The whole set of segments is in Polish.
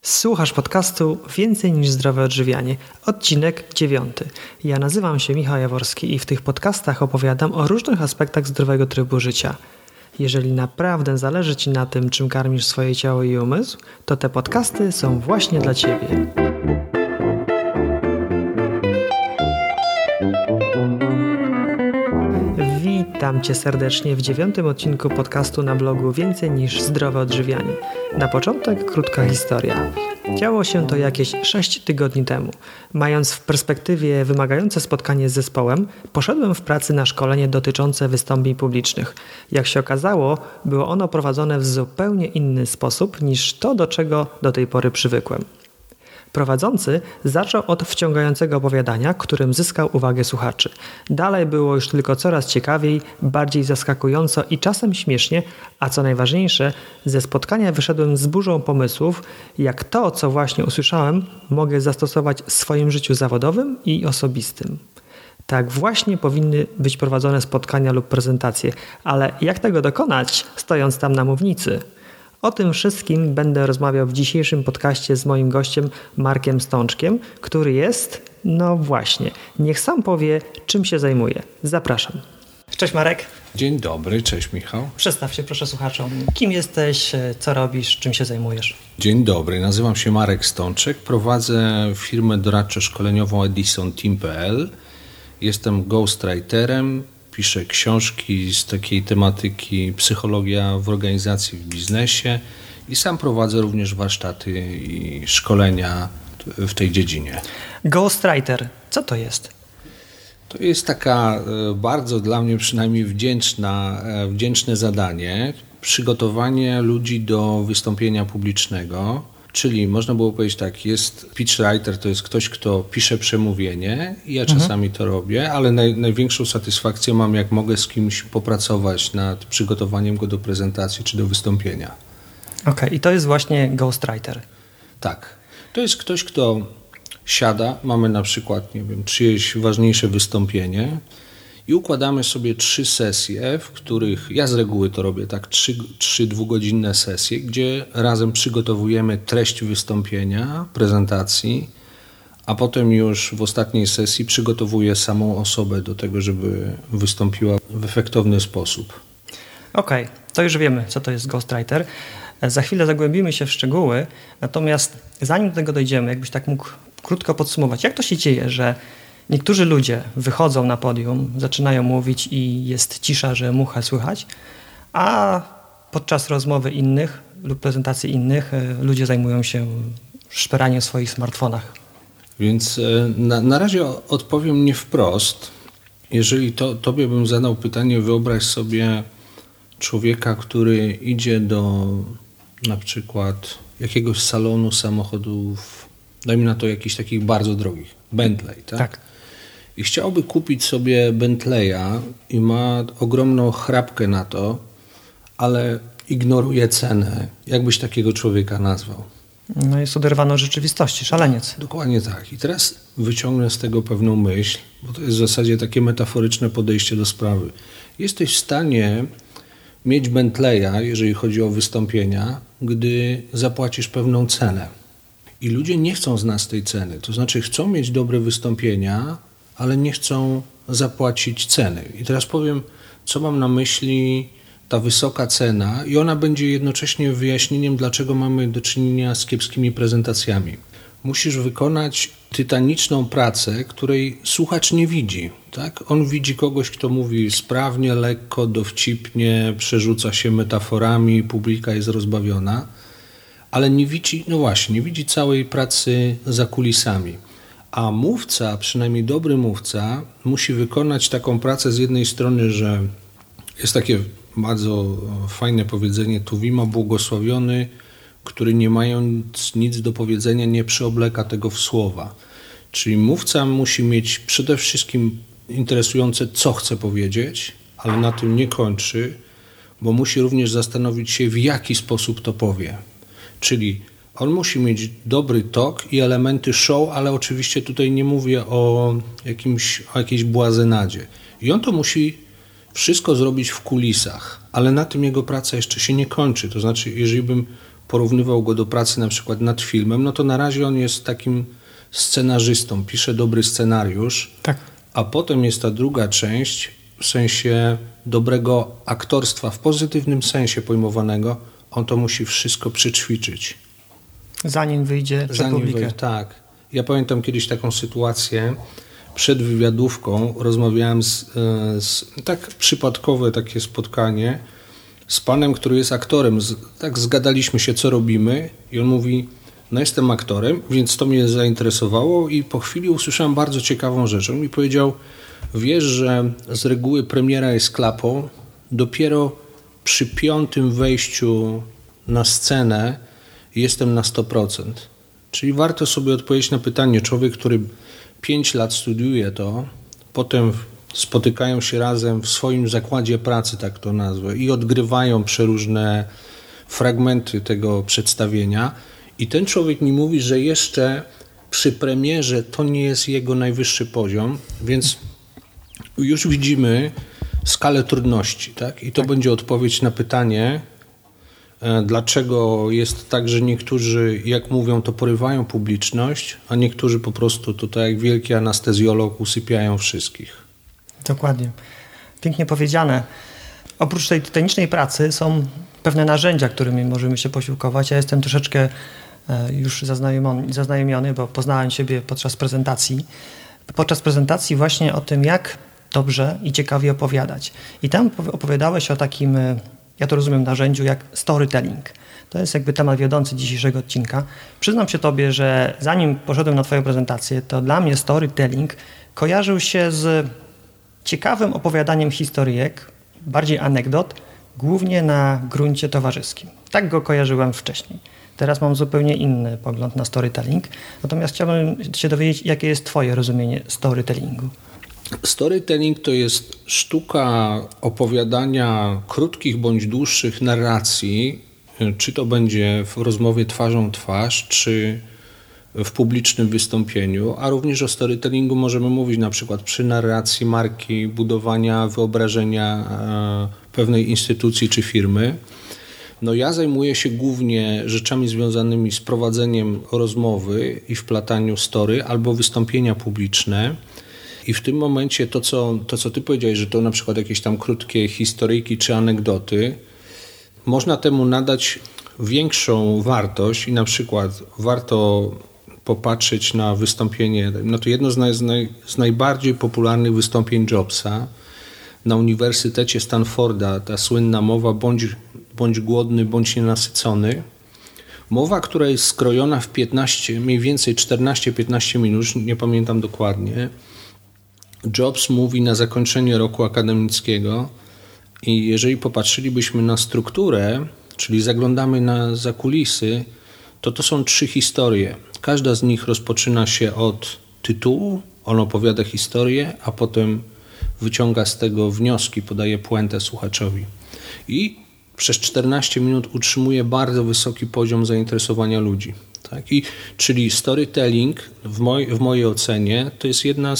Słuchasz podcastu Więcej niż zdrowe odżywianie, odcinek 9. Ja nazywam się Michał Jaworski i w tych podcastach opowiadam o różnych aspektach zdrowego trybu życia. Jeżeli naprawdę zależy Ci na tym, czym karmisz swoje ciało i umysł, to te podcasty są właśnie dla Ciebie. Witam Cię serdecznie w 9. odcinku podcastu na blogu Więcej niż zdrowe odżywianie. Na początek krótka historia. Działo się to jakieś 6 tygodni temu. Mając w perspektywie wymagające spotkanie z zespołem, poszedłem w pracy na szkolenie dotyczące wystąpień publicznych. Jak się okazało, było ono prowadzone w zupełnie inny sposób niż to, do czego do tej pory przywykłem. Prowadzący zaczął od wciągającego opowiadania, którym zyskał uwagę słuchaczy. Dalej było już tylko coraz ciekawiej, bardziej zaskakująco i czasem śmiesznie, a co najważniejsze, ze spotkania wyszedłem z burzą pomysłów, jak to, co właśnie usłyszałem, mogę zastosować w swoim życiu zawodowym i osobistym. Tak właśnie powinny być prowadzone spotkania lub prezentacje, ale jak tego dokonać, stojąc tam na mównicy? O tym wszystkim będę rozmawiał w dzisiejszym podcaście z moim gościem Markiem Stączkiem, który jest, no właśnie, niech sam powie, czym się zajmuje. Zapraszam. Cześć Marek. Dzień dobry, cześć Michał. Przedstaw się proszę słuchaczom. Kim jesteś, co robisz, czym się zajmujesz? Dzień dobry, nazywam się Marek Stączek, prowadzę firmę doradczo-szkoleniową edisonteam.pl. Jestem ghostwriterem. Piszę książki z takiej tematyki psychologia w organizacji, w biznesie i sam prowadzę również warsztaty i szkolenia w tej dziedzinie. Ghostwriter, co to jest? To jest taka bardzo dla mnie przynajmniej wdzięczne zadanie, przygotowanie ludzi do wystąpienia publicznego. Czyli można było powiedzieć tak, jest speechwriter, to jest ktoś, kto pisze przemówienie i ja czasami to robię, ale największą satysfakcję mam, jak mogę z kimś popracować nad przygotowaniem go do prezentacji czy do wystąpienia. Okej, i to jest właśnie ghostwriter. Tak, to jest ktoś, kto siada, mamy na przykład, nie wiem, czyjeś ważniejsze wystąpienie i układamy sobie 3 sesje, w których ja z reguły to robię tak 3 dwugodzinne sesje, gdzie razem przygotowujemy treść wystąpienia, prezentacji, a potem już w ostatniej sesji przygotowuję samą osobę do tego, żeby wystąpiła w efektowny sposób. Okej, to już wiemy, co to jest ghostwriter. Za chwilę zagłębimy się w szczegóły, natomiast zanim do tego dojdziemy, jakbyś tak mógł krótko podsumować, jak to się dzieje, że niektórzy ludzie wychodzą na podium, zaczynają mówić i jest cisza, że muchę słychać, a podczas rozmowy innych lub prezentacji innych ludzie zajmują się szperaniem w swoich smartfonach. Więc na razie odpowiem nie wprost. Jeżeli tobie bym zadał pytanie, wyobraź sobie człowieka, który idzie do na przykład jakiegoś salonu samochodów, dajmy na to jakichś takich bardzo drogich, Bentley, tak? I chciałby kupić sobie Bentleya i ma ogromną chrapkę na to, ale ignoruje cenę. Jak byś takiego człowieka nazwał? No jest oderwany od rzeczywistości, szaleniec. Dokładnie tak. I teraz wyciągnę z tego pewną myśl, bo to jest w zasadzie takie metaforyczne podejście do sprawy. Jesteś w stanie mieć Bentleya, jeżeli chodzi o wystąpienia, gdy zapłacisz pewną cenę. I ludzie nie chcą z nas tej ceny. To znaczy chcą mieć dobre wystąpienia, ale nie chcą zapłacić ceny. I teraz powiem, co mam na myśli ta wysoka cena i ona będzie jednocześnie wyjaśnieniem, dlaczego mamy do czynienia z kiepskimi prezentacjami. Musisz wykonać tytaniczną pracę, której słuchacz nie widzi. Tak? On widzi kogoś, kto mówi sprawnie, lekko, dowcipnie, przerzuca się metaforami, publika jest rozbawiona, ale nie widzi całej pracy za kulisami. A mówca, przynajmniej dobry mówca, musi wykonać taką pracę z jednej strony, że jest takie bardzo fajne powiedzenie Tuwima, błogosławiony, który nie mając nic do powiedzenia nie przyobleka tego w słowa. Czyli mówca musi mieć przede wszystkim interesujące, co chce powiedzieć, ale na tym nie kończy, bo musi również zastanowić się, w jaki sposób to powie. Czyli on musi mieć dobry tok i elementy show, ale oczywiście tutaj nie mówię o jakiejś błazenadzie. I on to musi wszystko zrobić w kulisach, ale na tym jego praca jeszcze się nie kończy. To znaczy, jeżeli bym porównywał go do pracy na przykład nad filmem, no to na razie on jest takim scenarzystą, pisze dobry scenariusz, tak. A potem jest ta druga część w sensie dobrego aktorstwa, w pozytywnym sensie pojmowanego, on to musi wszystko przećwiczyć. Zanim wyjdzie przed publikę. Tak. Ja pamiętam kiedyś taką sytuację, przed wywiadówką rozmawiałem tak przypadkowe takie spotkanie z panem, który jest aktorem. Tak zgadaliśmy się, co robimy i on mówi, no jestem aktorem, więc to mnie zainteresowało i po chwili usłyszałem bardzo ciekawą rzecz. On mi powiedział, wiesz, że z reguły premiera jest klapą, dopiero przy 5. wejściu na scenę jestem na 100%. Czyli warto sobie odpowiedzieć na pytanie, człowiek, który 5 lat studiuje to, potem spotykają się razem w swoim zakładzie pracy, tak to nazwę, i odgrywają przeróżne fragmenty tego przedstawienia i ten człowiek mi mówi, że jeszcze przy premierze to nie jest jego najwyższy poziom, więc już widzimy skalę trudności, tak? I to będzie odpowiedź na pytanie, dlaczego jest tak, że niektórzy, jak mówią, to porywają publiczność, a niektórzy po prostu tutaj jak wielki anestezjolog usypiają wszystkich. Dokładnie. Pięknie powiedziane. Oprócz tej tytanicznej pracy są pewne narzędzia, którymi możemy się posiłkować. Ja jestem troszeczkę już zaznajomiony, bo poznałem siebie podczas prezentacji. Podczas prezentacji właśnie o tym, jak dobrze i ciekawie opowiadać. I tam opowiadałeś o takim, ja to rozumiem, narzędziu jak storytelling. To jest jakby temat wiodący dzisiejszego odcinka. Przyznam się tobie, że zanim poszedłem na twoją prezentację, to dla mnie storytelling kojarzył się z ciekawym opowiadaniem historyjek, bardziej anegdot, głównie na gruncie towarzyskim. Tak go kojarzyłem wcześniej. Teraz mam zupełnie inny pogląd na storytelling. Natomiast chciałbym się dowiedzieć, jakie jest twoje rozumienie storytellingu. Storytelling to jest sztuka opowiadania krótkich bądź dłuższych narracji, czy to będzie w rozmowie twarzą twarz, czy w publicznym wystąpieniu, a również o storytellingu możemy mówić na przykład przy narracji marki, budowania wyobrażenia pewnej instytucji czy firmy. No ja zajmuję się głównie rzeczami związanymi z prowadzeniem rozmowy i wplataniu story albo wystąpienia publiczne. I w tym momencie to, co ty powiedziałeś, że to na przykład jakieś tam krótkie historyjki czy anegdoty, można temu nadać większą wartość i na przykład warto popatrzeć na wystąpienie, no to jedno z najbardziej popularnych wystąpień Jobsa na Uniwersytecie Stanforda, ta słynna mowa bądź głodny, bądź nienasycony. Mowa, która jest skrojona w 15, mniej więcej 14-15 minut, nie pamiętam dokładnie. Jobs mówi na zakończenie roku akademickiego i jeżeli popatrzylibyśmy na strukturę, czyli zaglądamy za kulisy, to są 3 historie. Każda z nich rozpoczyna się od tytułu, on opowiada historię, a potem wyciąga z tego wnioski, podaje puentę słuchaczowi. I przez 14 minut utrzymuje bardzo wysoki poziom zainteresowania ludzi. Tak? Czyli storytelling w mojej ocenie to jest jedna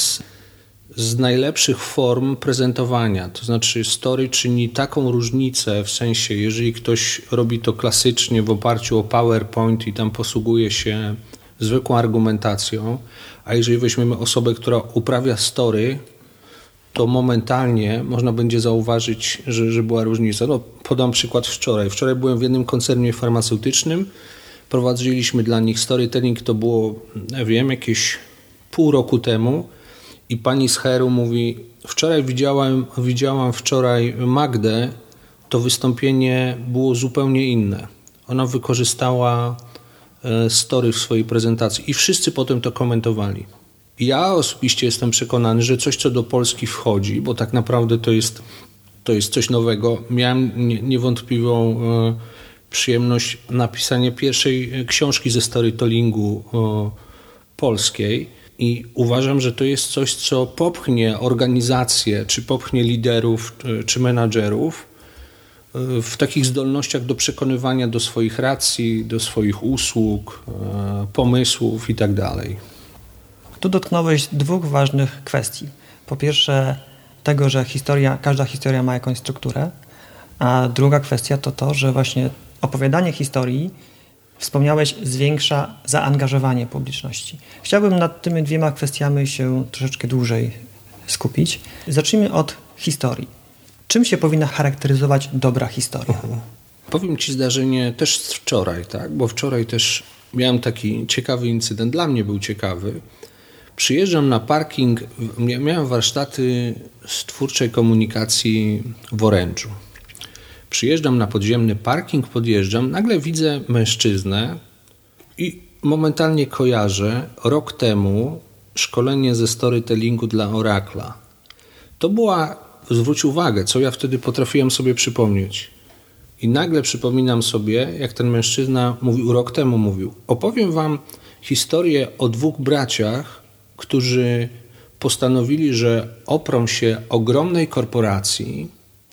z najlepszych form prezentowania. To znaczy story czyni taką różnicę w sensie, jeżeli ktoś robi to klasycznie w oparciu o PowerPoint i tam posługuje się zwykłą argumentacją, a jeżeli weźmiemy osobę, która uprawia story, to momentalnie można będzie zauważyć, że była różnica. No, podam przykład wczoraj. Wczoraj byłem w jednym koncernie farmaceutycznym, prowadziliśmy dla nich storytelling, to było, nie wiem, jakieś pół roku temu i pani z HR-u mówi, wczoraj widziałam wczoraj Magdę, to wystąpienie było zupełnie inne. Ona wykorzystała story w swojej prezentacji i wszyscy potem to komentowali. Ja osobiście jestem przekonany, że coś, co do Polski wchodzi, bo tak naprawdę to jest coś nowego. Miałem niewątpliwą przyjemność napisania pierwszej książki ze storytellingu polskiej i uważam, że to jest coś, co popchnie organizację, czy popchnie liderów, czy menadżerów w takich zdolnościach do przekonywania do swoich racji, do swoich usług, pomysłów itd. Tu dotknąłeś 2 ważnych kwestii. Po pierwsze tego, że każda historia ma jakąś strukturę, a druga kwestia to, że właśnie opowiadanie historii Wspomniałeś, zwiększa zaangażowanie publiczności. Chciałbym nad tymi 2 kwestiami się troszeczkę dłużej skupić. Zacznijmy od historii. Czym się powinna charakteryzować dobra historia? Powiem Ci zdarzenie też z wczoraj, tak? Bo wczoraj też miałem taki ciekawy incydent. Dla mnie był ciekawy. Przyjeżdżam na parking, miałem warsztaty z twórczej komunikacji w Orędżu. Przyjeżdżam na podziemny parking, podjeżdżam, nagle widzę mężczyznę i momentalnie kojarzę rok temu szkolenie ze storytellingu dla Oracla. To była, zwróć uwagę, co ja wtedy potrafiłem sobie przypomnieć. I nagle przypominam sobie, jak ten mężczyzna rok temu mówił. Opowiem wam historię o 2 braciach, którzy postanowili, że oprą się ogromnej korporacji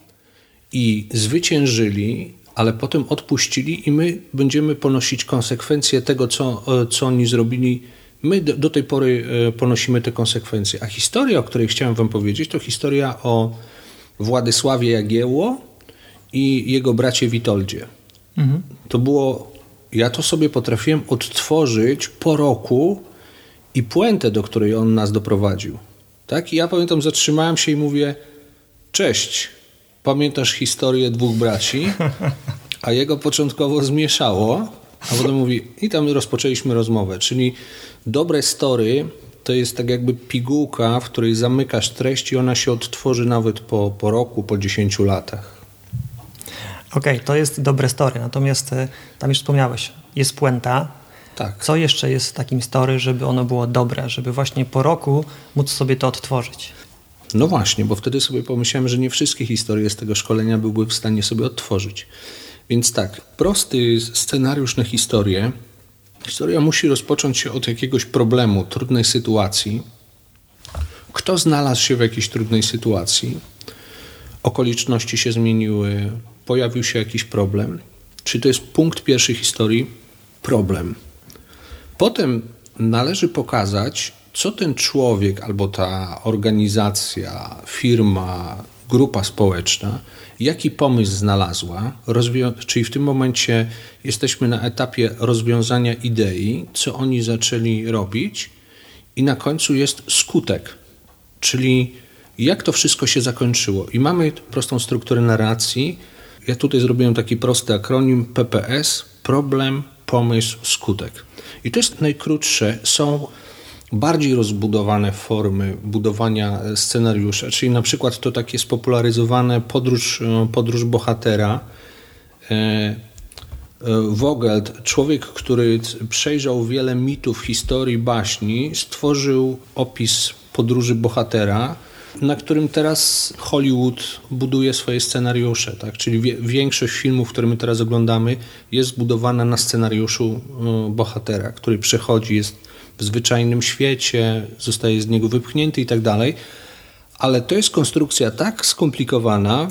i zwyciężyli, ale potem odpuścili i my będziemy ponosić konsekwencje tego, co oni zrobili. My do tej pory ponosimy te konsekwencje. A historia, o której chciałem wam powiedzieć, to historia o Władysławie Jagiełło i jego bracie Witoldzie. To było, ja to sobie potrafiłem odtworzyć po roku i puentę, do której on nas doprowadził. Tak? I ja pamiętam, zatrzymałem się i mówię: cześć, pamiętasz historię 2 braci? A jego początkowo zmieszało, a potem mówi, i tam rozpoczęliśmy rozmowę. Czyli dobre story to jest tak jakby pigułka, w której zamykasz treść i ona się odtworzy nawet po roku, po 10 latach. Okej, to jest dobre story, natomiast tam już wspomniałeś, jest puenta. Tak. Co jeszcze jest w takim story, żeby ono było dobre, żeby właśnie po roku móc sobie to odtworzyć? No właśnie, bo wtedy sobie pomyślałem, że nie wszystkie historie z tego szkolenia byłby w stanie sobie odtworzyć. Więc tak, prosty scenariusz na historię. Historia musi rozpocząć się od jakiegoś problemu, trudnej sytuacji. Kto znalazł się w jakiejś trudnej sytuacji? Okoliczności się zmieniły, pojawił się jakiś problem. Czyli to jest punkt pierwszy historii, problem. Potem należy pokazać, co ten człowiek albo ta organizacja, firma, grupa społeczna, jaki pomysł znalazła, czyli w tym momencie jesteśmy na etapie rozwiązania idei, co oni zaczęli robić i na końcu jest skutek, czyli jak to wszystko się zakończyło. I mamy prostą strukturę narracji. Ja tutaj zrobiłem taki prosty akronim PPS, problem, pomysł, skutek. I to jest najkrótsze. Są bardziej rozbudowane formy budowania scenariusza, czyli na przykład to takie spopularyzowane podróż bohatera. Vogelt, człowiek, który przejrzał wiele mitów, historii, baśni, stworzył opis podróży bohatera, na którym teraz Hollywood buduje swoje scenariusze. Tak? Czyli większość filmów, które my teraz oglądamy, jest zbudowana na scenariuszu bohatera, który przechodzi, jest w zwyczajnym świecie, zostaje z niego wypchnięty i tak dalej. Ale to jest konstrukcja tak skomplikowana,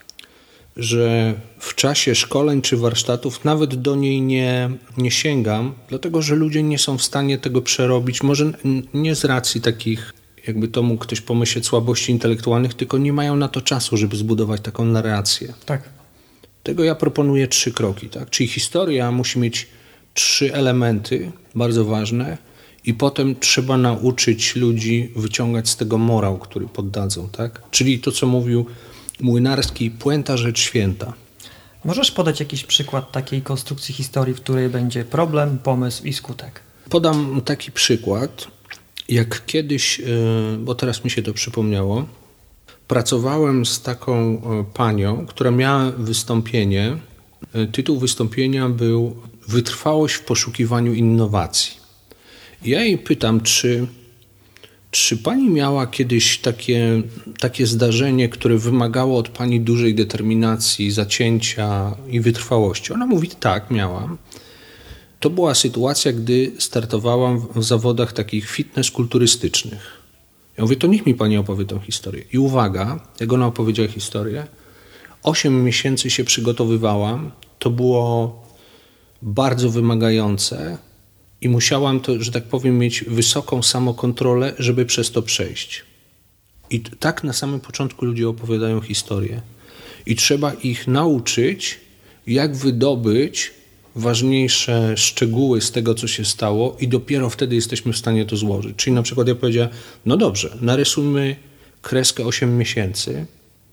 że w czasie szkoleń czy warsztatów nawet do niej nie sięgam, dlatego że ludzie nie są w stanie tego przerobić. Może nie z racji takich, jakby to mógł ktoś pomyśleć, słabości intelektualnych, tylko nie mają na to czasu, żeby zbudować taką narrację. Tak. Tego ja proponuję 3 kroki. Tak? Czyli historia musi mieć 3 elementy bardzo ważne i potem trzeba nauczyć ludzi wyciągać z tego morał, który poddadzą. Tak? Czyli to, co mówił Młynarski, puenta rzecz święta. Możesz podać jakiś przykład takiej konstrukcji historii, w której będzie problem, pomysł i skutek? Podam taki przykład. Jak kiedyś, bo teraz mi się to przypomniało, pracowałem z taką panią, która miała wystąpienie. Tytuł wystąpienia był Wytrwałość w poszukiwaniu innowacji. Ja jej pytam, czy pani miała kiedyś takie zdarzenie, które wymagało od pani dużej determinacji, zacięcia i wytrwałości? Ona mówi, tak, miałam. To była sytuacja, gdy startowałam w zawodach takich fitness-kulturystycznych. Ja mówię, to niech mi pani opowie tę historię. I uwaga, jak ona opowiedziała historię, 8 miesięcy się przygotowywałam, to było bardzo wymagające i musiałam to, że tak powiem, mieć wysoką samokontrolę, żeby przez to przejść. I tak na samym początku ludzie opowiadają historię. I trzeba ich nauczyć, jak wydobyć ważniejsze szczegóły z tego, co się stało i dopiero wtedy jesteśmy w stanie to złożyć. Czyli na przykład ja powiedziałem, no dobrze, narysujmy kreskę 8 miesięcy,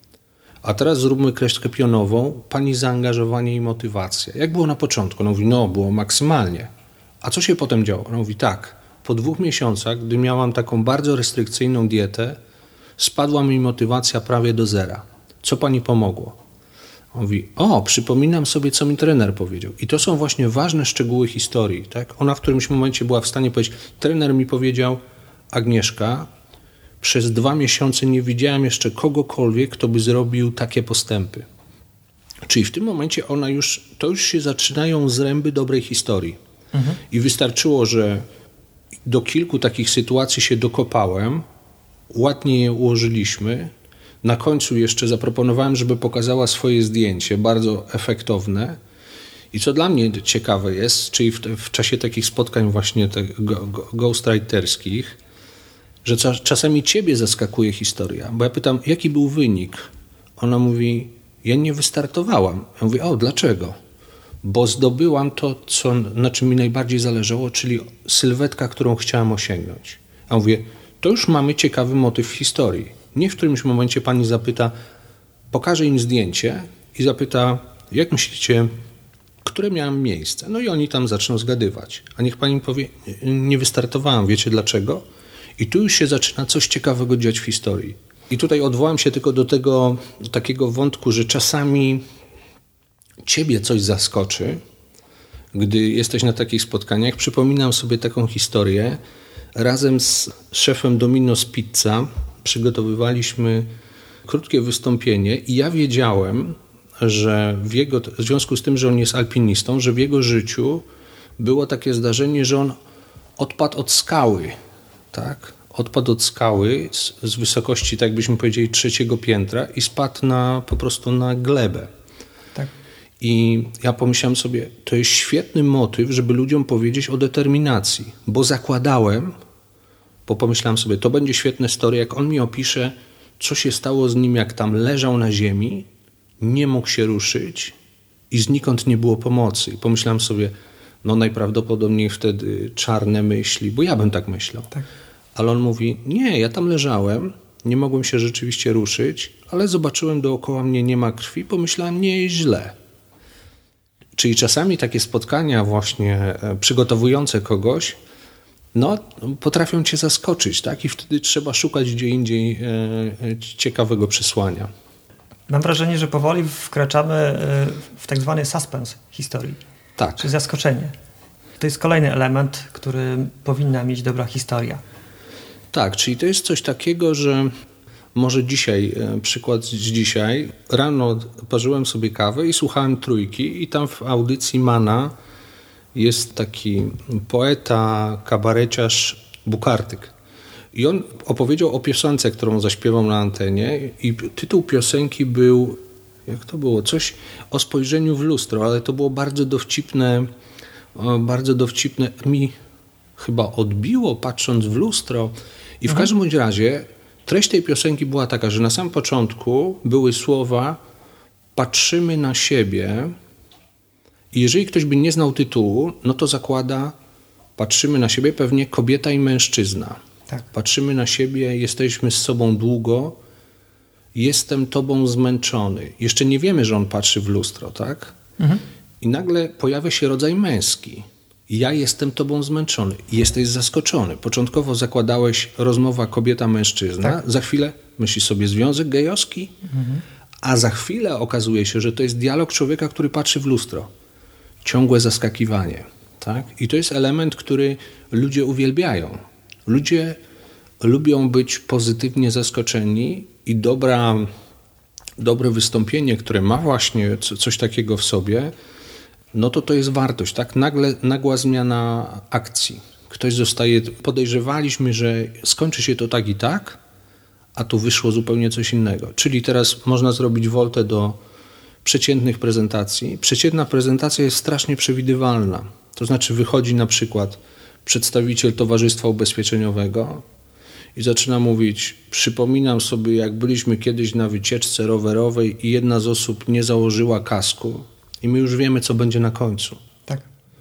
a teraz zróbmy kreskę pionową, pani zaangażowanie i motywacja. Jak było na początku? Ona mówi, no było maksymalnie. A co się potem działo? Ona mówi, tak, po 2 miesiącach, gdy miałam taką bardzo restrykcyjną dietę, spadła mi motywacja prawie do zera. Co pani pomogło? On mówi, przypominam sobie, co mi trener powiedział. I to są właśnie ważne szczegóły historii. Tak? Ona w którymś momencie była w stanie powiedzieć, trener mi powiedział, Agnieszka, przez 2 miesiące nie widziałem jeszcze kogokolwiek, kto by zrobił takie postępy. Czyli w tym momencie to już się zaczynają zręby dobrej historii. I wystarczyło, że do kilku takich sytuacji się dokopałem, ładnie je ułożyliśmy. Na końcu jeszcze zaproponowałem, żeby pokazała swoje zdjęcie, bardzo efektowne. I co dla mnie ciekawe jest, czyli w czasie takich spotkań właśnie ghostwriterskich, że czasami ciebie zaskakuje historia. Bo ja pytam, jaki był wynik? Ona mówi, ja nie wystartowałam. Ja mówię, dlaczego? Bo zdobyłam to, na czym mi najbardziej zależało, czyli sylwetka, którą chciałam osiągnąć. Ja mówię, to już mamy ciekawy motyw w historii. Nie w którymś momencie pani zapyta, pokaże im zdjęcie i zapyta, jak myślicie, które miałem miejsce? No i oni tam zaczną zgadywać. A niech pani powie, nie wystartowałam, wiecie dlaczego? I tu już się zaczyna coś ciekawego dziać w historii. I tutaj odwołam się tylko do tego takiego wątku, że czasami ciebie coś zaskoczy, gdy jesteś na takich spotkaniach. Przypominam sobie taką historię. Razem z szefem Domino's Pizza przygotowywaliśmy krótkie wystąpienie i ja wiedziałem, że w związku z tym, że on jest alpinistą, że w jego życiu było takie zdarzenie, że on odpadł od skały. Tak? Odpadł od skały z wysokości, tak byśmy powiedzieli, 3. piętra i spadł po prostu na glebę. Tak. I ja pomyślałem sobie, to jest świetny motyw, żeby ludziom powiedzieć o determinacji, bo zakładałem, bo pomyślałem sobie, to będzie świetna historia, jak on mi opisze, co się stało z nim, jak tam leżał na ziemi, nie mógł się ruszyć i znikąd nie było pomocy. I pomyślałem sobie, no najprawdopodobniej wtedy czarne myśli, bo ja bym tak myślał. Tak. Ale on mówi, nie, ja tam leżałem, nie mogłem się rzeczywiście ruszyć, ale zobaczyłem dookoła mnie nie ma krwi, pomyślałem, nie jest źle. Czyli czasami takie spotkania właśnie przygotowujące kogoś, potrafią cię zaskoczyć, tak? I wtedy trzeba szukać gdzie indziej ciekawego przesłania. Mam wrażenie, że powoli wkraczamy w tak zwany suspens historii. Tak. Czy zaskoczenie. To jest kolejny element, który powinna mieć dobra historia. Tak, czyli to jest coś takiego, że może dzisiaj, przykład z dzisiaj, rano parzyłem sobie kawę i słuchałem Trójki i tam w audycji Mana jest taki poeta, kabareciarz Bukartyk. I on opowiedział o piosence, którą zaśpiewał na antenie i tytuł piosenki był, jak to było, coś o spojrzeniu w lustro, ale to było bardzo dowcipne, mi chyba odbiło patrząc w lustro i w każdym bądź razie treść tej piosenki była taka, że na samym początku były słowa patrzymy na siebie i jeżeli ktoś by nie znał tytułu, no to zakłada patrzymy na siebie pewnie kobieta i mężczyzna. Tak. Patrzymy na siebie, jesteśmy z sobą długo, jestem tobą zmęczony. Jeszcze nie wiemy, że on patrzy w lustro, tak? I nagle pojawia się rodzaj męski. Ja jestem tobą zmęczony. I jesteś zaskoczony. Początkowo zakładałeś rozmowa kobieta-mężczyzna, tak. Za chwilę myślisz sobie związek gejowski, a za chwilę okazuje się, że to jest dialog człowieka, który patrzy w lustro. Ciągłe zaskakiwanie. Tak? I to jest element, który ludzie uwielbiają. Ludzie lubią być pozytywnie zaskoczeni i dobre wystąpienie, które ma właśnie coś takiego w sobie, no to jest wartość, tak? Nagła zmiana akcji. Ktoś podejrzewaliśmy, że skończy się to tak i tak, a tu wyszło zupełnie coś innego. Czyli teraz można zrobić woltę do przeciętnych prezentacji. Przeciętna prezentacja jest strasznie przewidywalna. To znaczy wychodzi na przykład przedstawiciel Towarzystwa Ubezpieczeniowego i zaczyna mówić, przypominam sobie, jak byliśmy kiedyś na wycieczce rowerowej i jedna z osób nie założyła kasku i my już wiemy, co będzie na końcu. Tak.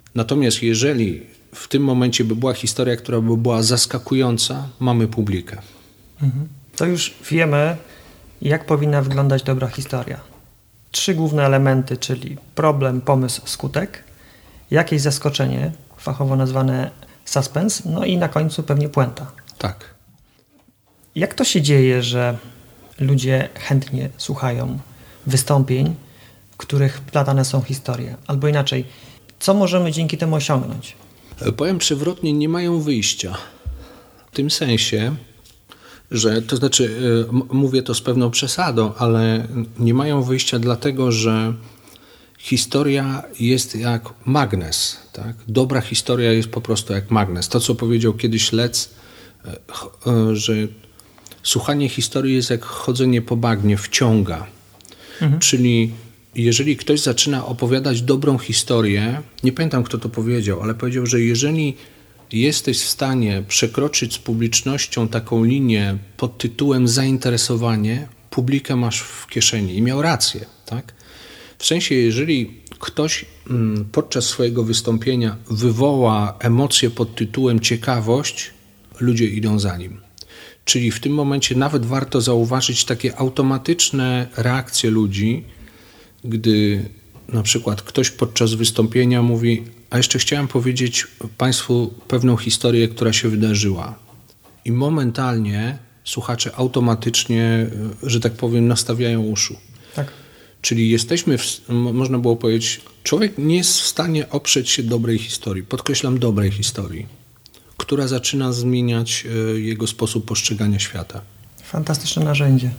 Natomiast jeżeli w tym momencie by była historia, która by była zaskakująca, mamy publikę. To już wiemy, jak powinna wyglądać dobra historia. 3 główne elementy, czyli problem, pomysł, skutek, jakieś zaskoczenie, fachowo nazwane suspense, no i na końcu pewnie puenta. Tak. Jak to się dzieje, że ludzie chętnie słuchają wystąpień, w których wplatane są historie? Albo inaczej, co możemy dzięki temu osiągnąć? Powiem przewrotnie, nie mają wyjścia. W tym sensie, że to znaczy, mówię to z pewną przesadą, ale nie mają wyjścia dlatego, że historia jest jak magnes. Tak? Dobra historia jest po prostu jak magnes. To, co powiedział kiedyś Lec, że słuchanie historii jest jak chodzenie po bagnie, wciąga. Czyli jeżeli ktoś zaczyna opowiadać dobrą historię, nie pamiętam, kto to powiedział, ale powiedział, że jeżeli jesteś w stanie przekroczyć z publicznością taką linię pod tytułem zainteresowanie, publikę masz w kieszeni. I miał rację. Tak? W sensie, jeżeli ktoś podczas swojego wystąpienia wywoła emocje pod tytułem ciekawość, ludzie idą za nim. Czyli w tym momencie nawet warto zauważyć takie automatyczne reakcje ludzi, gdy na przykład ktoś podczas wystąpienia mówi: a jeszcze chciałem powiedzieć Państwu pewną historię, która się wydarzyła. I momentalnie słuchacze automatycznie, że tak powiem, nastawiają uszu. Tak. Czyli jesteśmy, można było powiedzieć, człowiek nie jest w stanie oprzeć się dobrej historii, podkreślam dobrej historii, która zaczyna zmieniać jego sposób postrzegania świata. Fantastyczne narzędzie.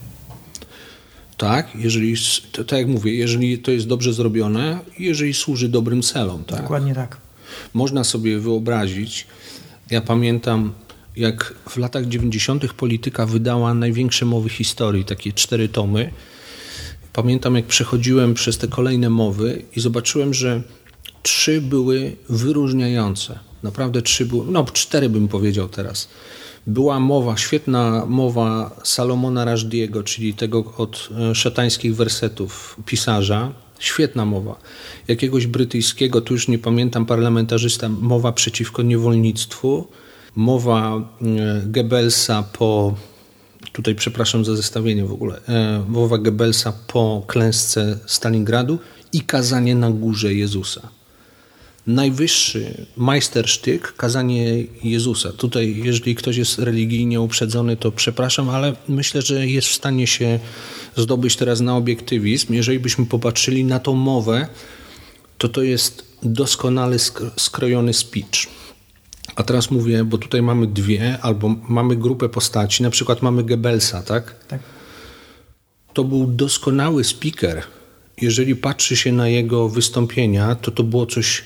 Tak, jeżeli, tak jak mówię, jeżeli to jest dobrze zrobione, jeżeli służy dobrym celom. Tak? Dokładnie tak. Można sobie wyobrazić, ja pamiętam, jak w latach 90. Polityka wydała największe mowy historii, takie 4 tomy. Pamiętam, jak przechodziłem przez te kolejne mowy i zobaczyłem, że 3 były wyróżniające. Naprawdę 3 były, 4 bym powiedział teraz. Była mowa, świetna mowa Salomona Rushdie'ego, czyli tego od szatańskich wersetów pisarza. Świetna mowa. Jakiegoś brytyjskiego, tu już nie pamiętam, parlamentarzysta, mowa przeciwko niewolnictwu. Mowa Goebbelsa tutaj przepraszam za zestawienie w ogóle, mowa Goebbelsa po klęsce Stalingradu i kazanie na górze Jezusa. Najwyższy majstersztyk, kazanie Jezusa. Tutaj, jeżeli ktoś jest religijnie uprzedzony, to przepraszam, ale myślę, że jest w stanie się zdobyć teraz na obiektywizm. Jeżeli byśmy popatrzyli na tą mowę, to jest doskonale skrojony speech. A teraz mówię, bo tutaj mamy 2, albo mamy grupę postaci, na przykład mamy Goebbelsa, tak? Tak. To był doskonały speaker. Jeżeli patrzy się na jego wystąpienia, to było coś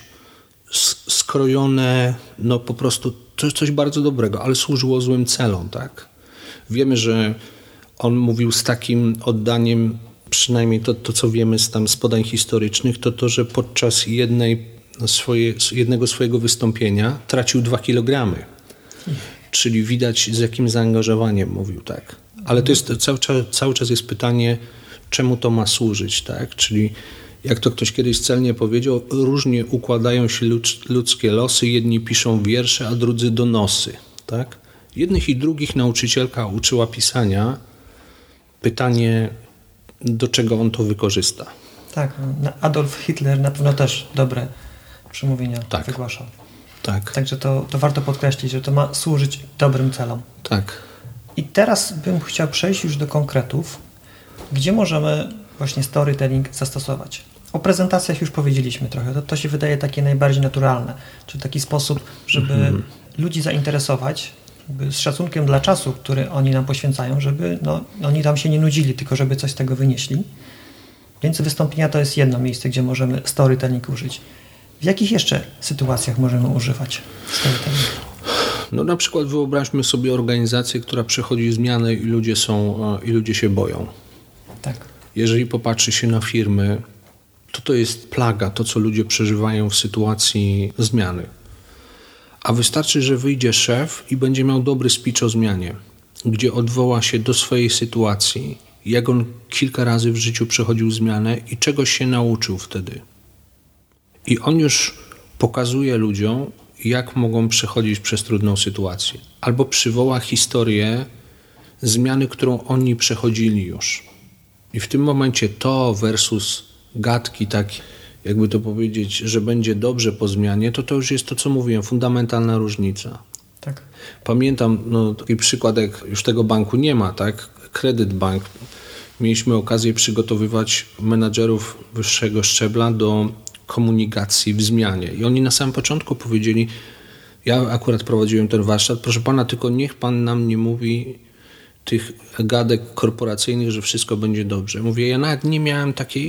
skrojone, po prostu coś bardzo dobrego, ale służyło złym celom, tak? Wiemy, że on mówił z takim oddaniem, przynajmniej to co wiemy z podań historycznych, to że podczas jednego swojego wystąpienia tracił 2 kg. Czyli widać, z jakim zaangażowaniem mówił, tak? Ale to jest cały czas jest pytanie, czemu to ma służyć, tak? Czyli jak to ktoś kiedyś celnie powiedział, różnie układają się ludzkie losy. Jedni piszą wiersze, a drudzy donosy, tak? Jednych i drugich nauczycielka uczyła pisania. Pytanie, do czego on to wykorzysta. Tak, Adolf Hitler na pewno też dobre przemówienia wygłaszał. Tak. Także to warto podkreślić, że to ma służyć dobrym celom. Tak. I teraz bym chciał przejść już do konkretów, gdzie możemy właśnie storytelling zastosować. O prezentacjach już powiedzieliśmy trochę. To się wydaje takie najbardziej naturalne. Czyli taki sposób, żeby ludzi zainteresować z szacunkiem dla czasu, który oni nam poświęcają, żeby oni tam się nie nudzili, tylko żeby coś z tego wynieśli. Więc wystąpienia to jest jedno miejsce, gdzie możemy storytelling użyć. W jakich jeszcze sytuacjach możemy używać storytelling? Na przykład wyobraźmy sobie organizację, która przechodzi zmianę i ludzie się boją. Tak. Jeżeli popatrzy się na firmy, to jest plaga, to co ludzie przeżywają w sytuacji zmiany. A wystarczy, że wyjdzie szef i będzie miał dobry speech o zmianie, gdzie odwoła się do swojej sytuacji, jak on kilka razy w życiu przechodził zmianę i czegoś się nauczył wtedy. I on już pokazuje ludziom, jak mogą przechodzić przez trudną sytuację. Albo przywoła historię zmiany, którą oni przechodzili już. I w tym momencie to versus gadki, tak jakby to powiedzieć, że będzie dobrze po zmianie, to już jest to, co mówiłem, fundamentalna różnica. Tak. Pamiętam taki przykład, jak już tego banku nie ma, tak? Credit Bank. Mieliśmy okazję przygotowywać menadżerów wyższego szczebla do komunikacji w zmianie. I oni na samym początku powiedzieli, ja akurat prowadziłem ten warsztat, proszę pana, tylko niech pan nam nie mówi tych gadek korporacyjnych, że wszystko będzie dobrze. Mówię, ja nawet nie miałem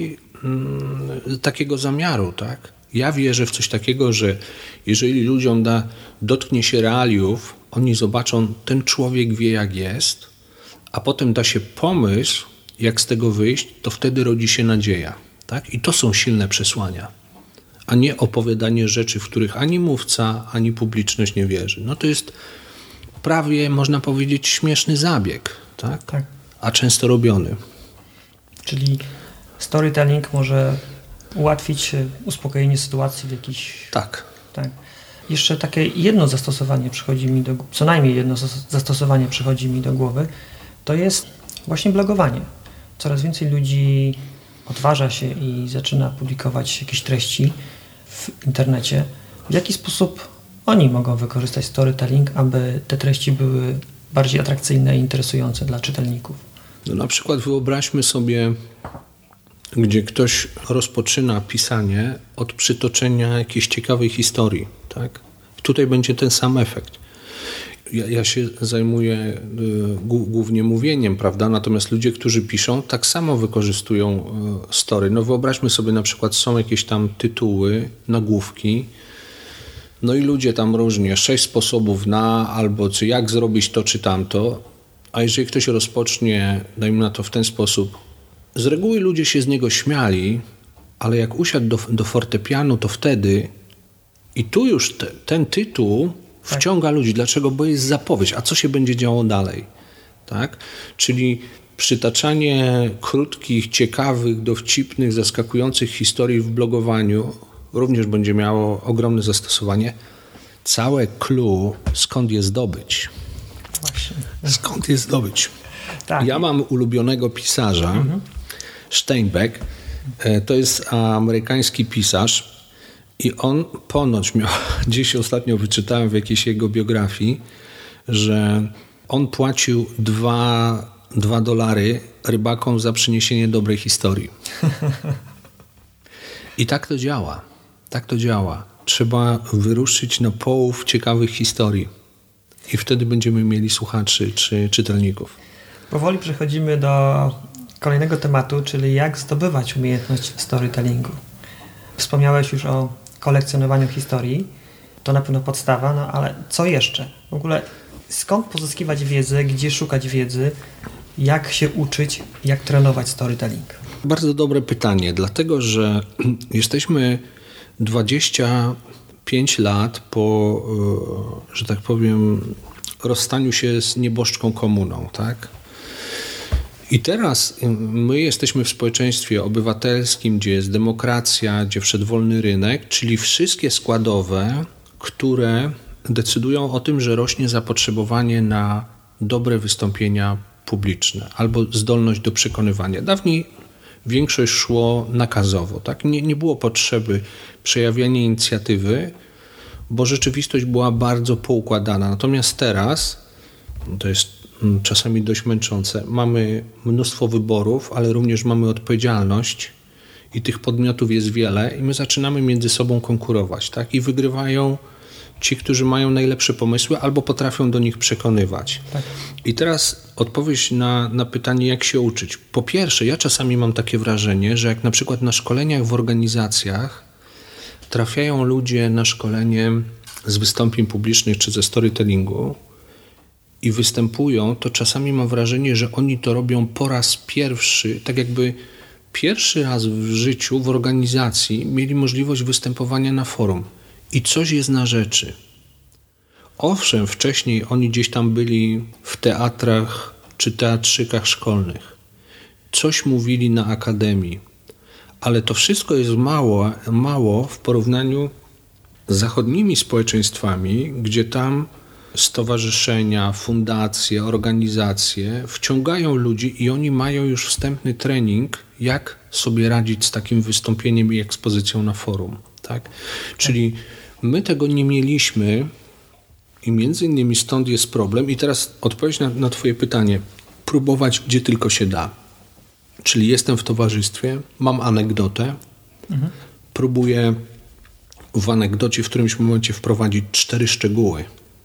takiego zamiaru, tak? Ja wierzę w coś takiego, że jeżeli ludziom dotknie się realiów, oni zobaczą, ten człowiek wie jak jest, a potem da się pomysł, jak z tego wyjść, to wtedy rodzi się nadzieja. Tak? I to są silne przesłania, a nie opowiadanie rzeczy, w których ani mówca, ani publiczność nie wierzy. To jest prawie, można powiedzieć, śmieszny zabieg, tak? Tak. A często robiony. Czyli storytelling może ułatwić uspokojenie sytuacji w jakiś... Tak. Jeszcze takie jedno zastosowanie przychodzi mi co najmniej jedno zastosowanie przychodzi mi do głowy, to jest właśnie blogowanie. Coraz więcej ludzi odważa się i zaczyna publikować jakieś treści w internecie. W jaki sposób oni mogą wykorzystać storytelling, aby te treści były bardziej atrakcyjne i interesujące dla czytelników? Na przykład wyobraźmy sobie, gdzie ktoś rozpoczyna pisanie od przytoczenia jakiejś ciekawej historii. Tak? Tutaj będzie ten sam efekt. Ja się zajmuję głównie mówieniem, prawda? Natomiast ludzie, którzy piszą, tak samo wykorzystują story. Wyobraźmy sobie, na przykład są jakieś tam tytuły, nagłówki, i ludzie tam różnie, 6 sposobów na, albo jak zrobić to czy tamto, a jeżeli ktoś rozpocznie, dajmy na to w ten sposób, z reguły ludzie się z niego śmiali, ale jak usiadł do fortepianu, to wtedy i tu już ten tytuł wciąga ludzi. Dlaczego? Bo jest zapowiedź. A co się będzie działo dalej? Tak? Czyli przytaczanie krótkich, ciekawych, dowcipnych, zaskakujących historii w blogowaniu również będzie miało ogromne zastosowanie. Całe clue, skąd je zdobyć. Właśnie. Skąd je zdobyć? Tak. Ja mam ulubionego pisarza, Steinbeck. To jest amerykański pisarz i on ponoć miał, gdzieś ostatnio wyczytałem w jakiejś jego biografii, że on płacił $2 rybakom za przyniesienie dobrej historii. I tak to działa. Tak to działa. Trzeba wyruszyć na połów ciekawych historii. I wtedy będziemy mieli słuchaczy czy czytelników. Powoli przechodzimy do kolejnego tematu, czyli jak zdobywać umiejętność storytellingu. Wspomniałeś już o kolekcjonowaniu historii. To na pewno podstawa, ale co jeszcze? W ogóle skąd pozyskiwać wiedzę, gdzie szukać wiedzy, jak się uczyć, jak trenować storytelling? Bardzo dobre pytanie, dlatego że jesteśmy 25 lat po, że tak powiem, rozstaniu się z nieboszczką komuną, tak? I teraz my jesteśmy w społeczeństwie obywatelskim, gdzie jest demokracja, gdzie wszedł wolny rynek, czyli wszystkie składowe, które decydują o tym, że rośnie zapotrzebowanie na dobre wystąpienia publiczne albo zdolność do przekonywania. Dawniej większość szło nakazowo, tak? Nie było potrzeby przejawiania inicjatywy, bo rzeczywistość była bardzo poukładana. Natomiast teraz, to jest czasami dość męczące, mamy mnóstwo wyborów, ale również mamy odpowiedzialność i tych podmiotów jest wiele i my zaczynamy między sobą konkurować, tak? I wygrywają ci, którzy mają najlepsze pomysły albo potrafią do nich przekonywać. Tak. I teraz odpowiedź na pytanie, jak się uczyć. Po pierwsze, ja czasami mam takie wrażenie, że jak na przykład na szkoleniach w organizacjach trafiają ludzie na szkolenie z wystąpień publicznych czy ze storytellingu i występują, to czasami mam wrażenie, że oni to robią po raz pierwszy, tak jakby pierwszy raz w życiu w organizacji mieli możliwość występowania na forum. I coś jest na rzeczy. Owszem, wcześniej oni gdzieś tam byli w teatrach czy teatrzykach szkolnych. Coś mówili na akademii. Ale to wszystko jest mało w porównaniu zachodnimi społeczeństwami, gdzie tam stowarzyszenia, fundacje, organizacje wciągają ludzi i oni mają już wstępny trening, jak sobie radzić z takim wystąpieniem i ekspozycją na forum. Tak? Czyli my tego nie mieliśmy i między innymi stąd jest problem. I teraz odpowiedź na twoje pytanie. Próbować gdzie tylko się da. Czyli jestem w towarzystwie, mam anegdotę, próbuję w anegdocie w którymś momencie wprowadzić 4 szczegóły.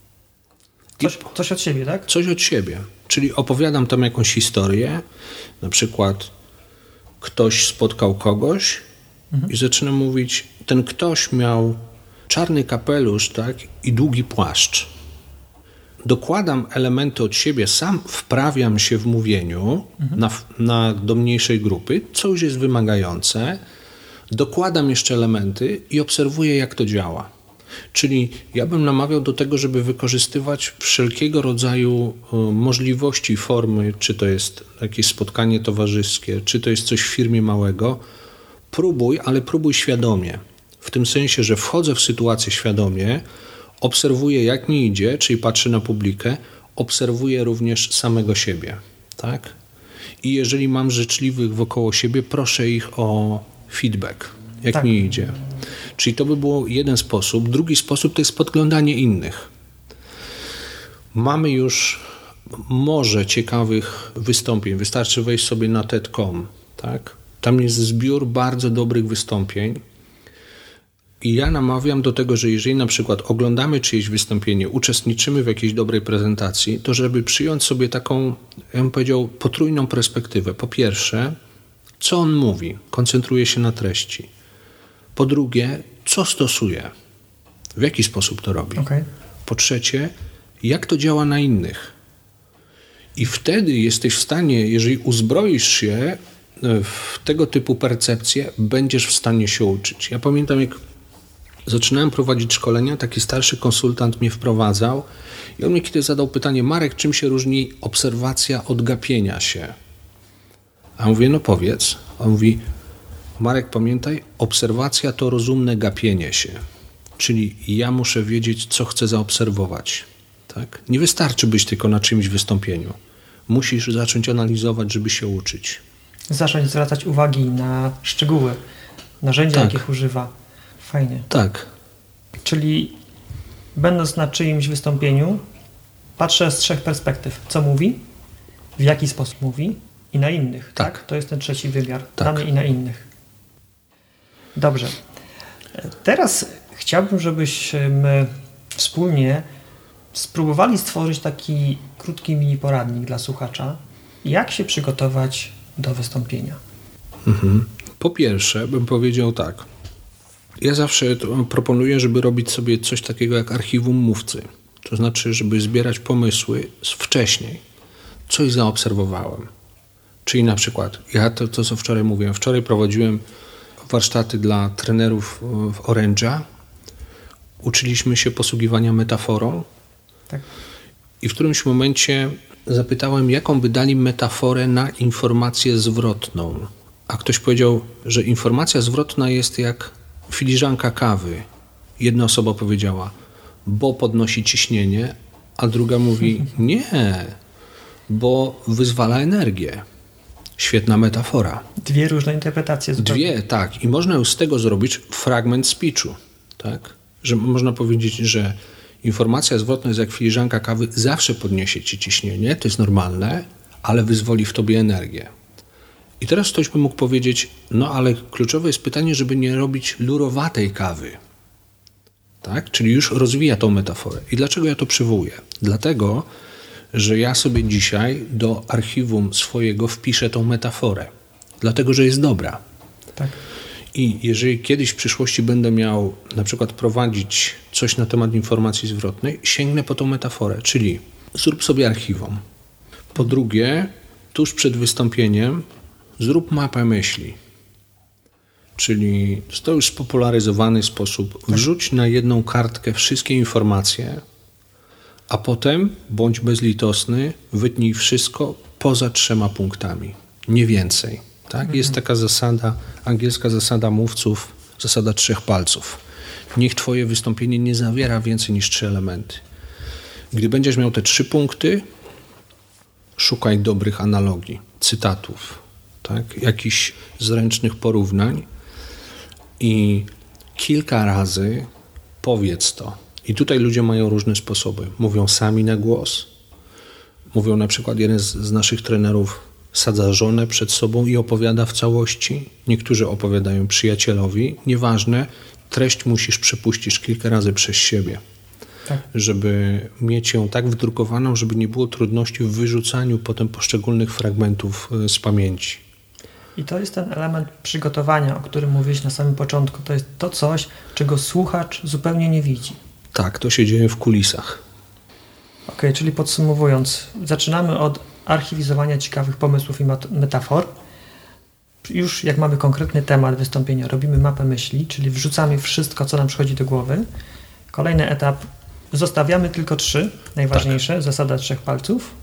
Coś od siebie, tak? Coś od siebie. Czyli opowiadam tam jakąś historię, na przykład ktoś spotkał kogoś i zaczyna mówić, ten ktoś miał czarny kapelusz, tak, i długi płaszcz. Dokładam elementy od siebie, sam wprawiam się w mówieniu do mniejszej grupy, co już jest wymagające, dokładam jeszcze elementy i obserwuję, jak to działa. Czyli ja bym namawiał do tego, żeby wykorzystywać wszelkiego rodzaju możliwości, formy, czy to jest jakieś spotkanie towarzyskie, czy to jest coś w firmie małego. Próbuj, ale próbuj świadomie. W tym sensie, że wchodzę w sytuację świadomie, obserwuję, jak mi idzie, czyli patrzę na publikę, obserwuję również samego siebie. Tak? I jeżeli mam życzliwych wokoło siebie, proszę ich o feedback, jak mi idzie. Czyli to by było jeden sposób. Drugi sposób to jest podglądanie innych. Mamy już morze ciekawych wystąpień. Wystarczy wejść sobie na TED.com. Tak? Tam jest zbiór bardzo dobrych wystąpień. I ja namawiam do tego, że jeżeli na przykład oglądamy czyjeś wystąpienie, uczestniczymy w jakiejś dobrej prezentacji, to żeby przyjąć sobie taką, ja bym powiedział, potrójną perspektywę. Po pierwsze, co on mówi? Koncentruje się na treści. Po drugie, co stosuje? W jaki sposób to robi? Okay. Po trzecie, jak to działa na innych? I wtedy jesteś w stanie, jeżeli uzbroisz się w tego typu percepcję, będziesz w stanie się uczyć. Ja pamiętam, jak zaczynałem prowadzić szkolenia, taki starszy konsultant mnie wprowadzał i on mi kiedyś zadał pytanie: Marek, czym się różni obserwacja od gapienia się? A ja mówię, no powiedz. A on mówi, Marek, pamiętaj, obserwacja to rozumne gapienie się. Czyli ja muszę wiedzieć, co chcę zaobserwować. Tak? Nie wystarczy być tylko na czymś wystąpieniu. Musisz zacząć analizować, żeby się uczyć. Zacząć zwracać uwagi na szczegóły, narzędzia, jakich używa. Fajnie. Tak. Czyli będąc na czyimś wystąpieniu, patrzę z 3 perspektyw. Co mówi, w jaki sposób mówi i na innych. Tak? To jest ten trzeci wymiar. Na mnie i na innych. Dobrze. Teraz chciałbym, żebyśmy wspólnie spróbowali stworzyć taki krótki mini poradnik dla słuchacza, jak się przygotować do wystąpienia. Po pierwsze, bym powiedział tak. Ja zawsze proponuję, żeby robić sobie coś takiego jak archiwum mówcy. To znaczy, żeby zbierać pomysły wcześniej. Coś zaobserwowałem. Czyli na przykład, ja to co wczoraj mówiłem. Wczoraj prowadziłem warsztaty dla trenerów w Orange'a. Uczyliśmy się posługiwania metaforą. Tak. I w którymś momencie zapytałem, jaką by dali metaforę na informację zwrotną. A ktoś powiedział, że informacja zwrotna jest jak filiżanka kawy. Jedna osoba powiedziała, bo podnosi ciśnienie, a druga mówi, nie, bo wyzwala energię. Świetna metafora. 2 różne interpretacje. Zupełnie. 2, tak. I można już z tego zrobić fragment speechu. Tak? Że można powiedzieć, że informacja zwrotna jest jak filiżanka kawy, zawsze podniesie ci ciśnienie, to jest normalne, ale wyzwoli w tobie energię. I teraz ktoś by mógł powiedzieć, no ale kluczowe jest pytanie, żeby nie robić lurowatej kawy. Tak? Czyli już rozwija tą metaforę. I dlaczego ja to przywołuję? Dlatego, że ja sobie dzisiaj do archiwum swojego wpiszę tą metaforę. Dlatego, że jest dobra. Tak. I jeżeli kiedyś w przyszłości będę miał na przykład prowadzić coś na temat informacji zwrotnej, sięgnę po tą metaforę. Czyli zrób sobie archiwum. Po drugie, tuż przed wystąpieniem zrób mapę myśli. Czyli to już spopularyzowany sposób. Wrzuć na jedną kartkę wszystkie informacje, a potem bądź bezlitosny, wytnij wszystko poza 3 punktami. Nie więcej. Tak? Jest taka zasada, angielska zasada mówców, zasada 3 palców. Niech twoje wystąpienie nie zawiera więcej niż 3 elementy. Gdy będziesz miał te 3 punkty, szukaj dobrych analogii, cytatów, tak? Jakichś zręcznych porównań i kilka razy powiedz to. I tutaj ludzie mają różne sposoby. Mówią sami na głos. Mówią na przykład, jeden z naszych trenerów sadza żonę przed sobą i opowiada w całości. Niektórzy opowiadają przyjacielowi. Nieważne, treść musisz przepuścić kilka razy przez siebie. Tak. Żeby mieć ją tak wydrukowaną, żeby nie było trudności w wyrzucaniu potem poszczególnych fragmentów z pamięci. I to jest ten element przygotowania, o którym mówiłeś na samym początku. To jest to coś, czego słuchacz zupełnie nie widzi. Tak, to się dzieje w kulisach. Okej, czyli podsumowując, zaczynamy od archiwizowania ciekawych pomysłów i metafor. Już jak mamy konkretny temat wystąpienia, robimy mapę myśli, czyli wrzucamy wszystko, co nam przychodzi do głowy. Kolejny etap, zostawiamy tylko 3 najważniejsze, tak. Zasada 3 palców.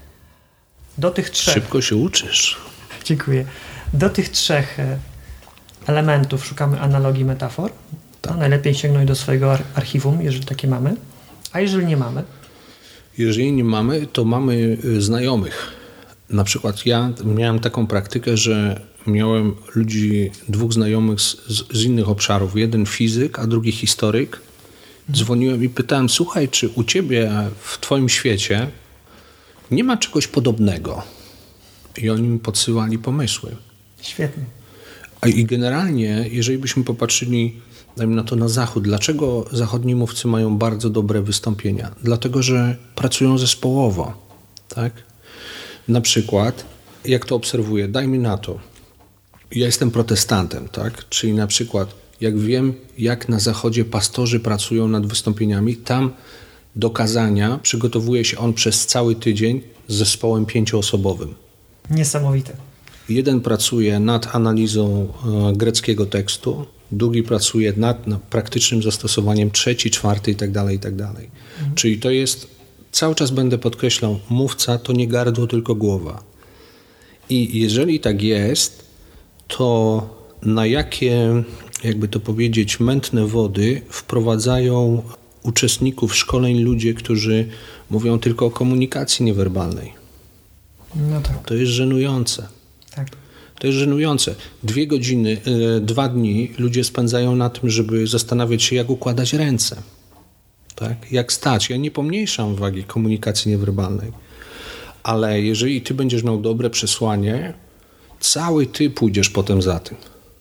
Do tych 3... Szybko się uczysz. Dziękuję. Do tych 3 elementów szukamy analogii, metafor. Tak. No, najlepiej sięgnąć do swojego archiwum, jeżeli takie mamy. A jeżeli nie mamy? Jeżeli nie mamy, to mamy znajomych. Na przykład ja miałem taką praktykę, że miałem ludzi, 2 znajomych z innych obszarów. Jeden fizyk, a drugi historyk. Dzwoniłem i pytałem, słuchaj, czy u ciebie w twoim świecie nie ma czegoś podobnego? I oni mi podsyłali pomysły. Świetnie. I generalnie, jeżeli byśmy popatrzyli, dajmy na to, na Zachód, dlaczego zachodni mówcy mają bardzo dobre wystąpienia? Dlatego, że pracują zespołowo. Tak? Na przykład, jak to obserwuję, dajmy na to, ja jestem protestantem, tak? Czyli na przykład, jak wiem, jak na Zachodzie pastorzy pracują nad wystąpieniami, tam do kazania przygotowuje się on przez cały tydzień z zespołem 5-osobowym. Niesamowite. Jeden pracuje nad analizą greckiego tekstu, drugi pracuje nad praktycznym zastosowaniem, 3., 4. i tak dalej, i tak dalej. Czyli to jest, cały czas będę podkreślał, mówca to nie gardło, tylko głowa. I jeżeli tak jest, to na jakie, jakby to powiedzieć, mętne wody wprowadzają uczestników szkoleń ludzie, którzy mówią tylko o komunikacji niewerbalnej. No tak. To jest żenujące. Tak. To jest żenujące. 2 godziny, 2 dni ludzie spędzają na tym, żeby zastanawiać się, jak układać ręce. Tak? Jak stać. Ja nie pomniejszam wagi komunikacji niewerbalnej. Ale jeżeli ty będziesz miał dobre przesłanie, cały ty pójdziesz potem za tym.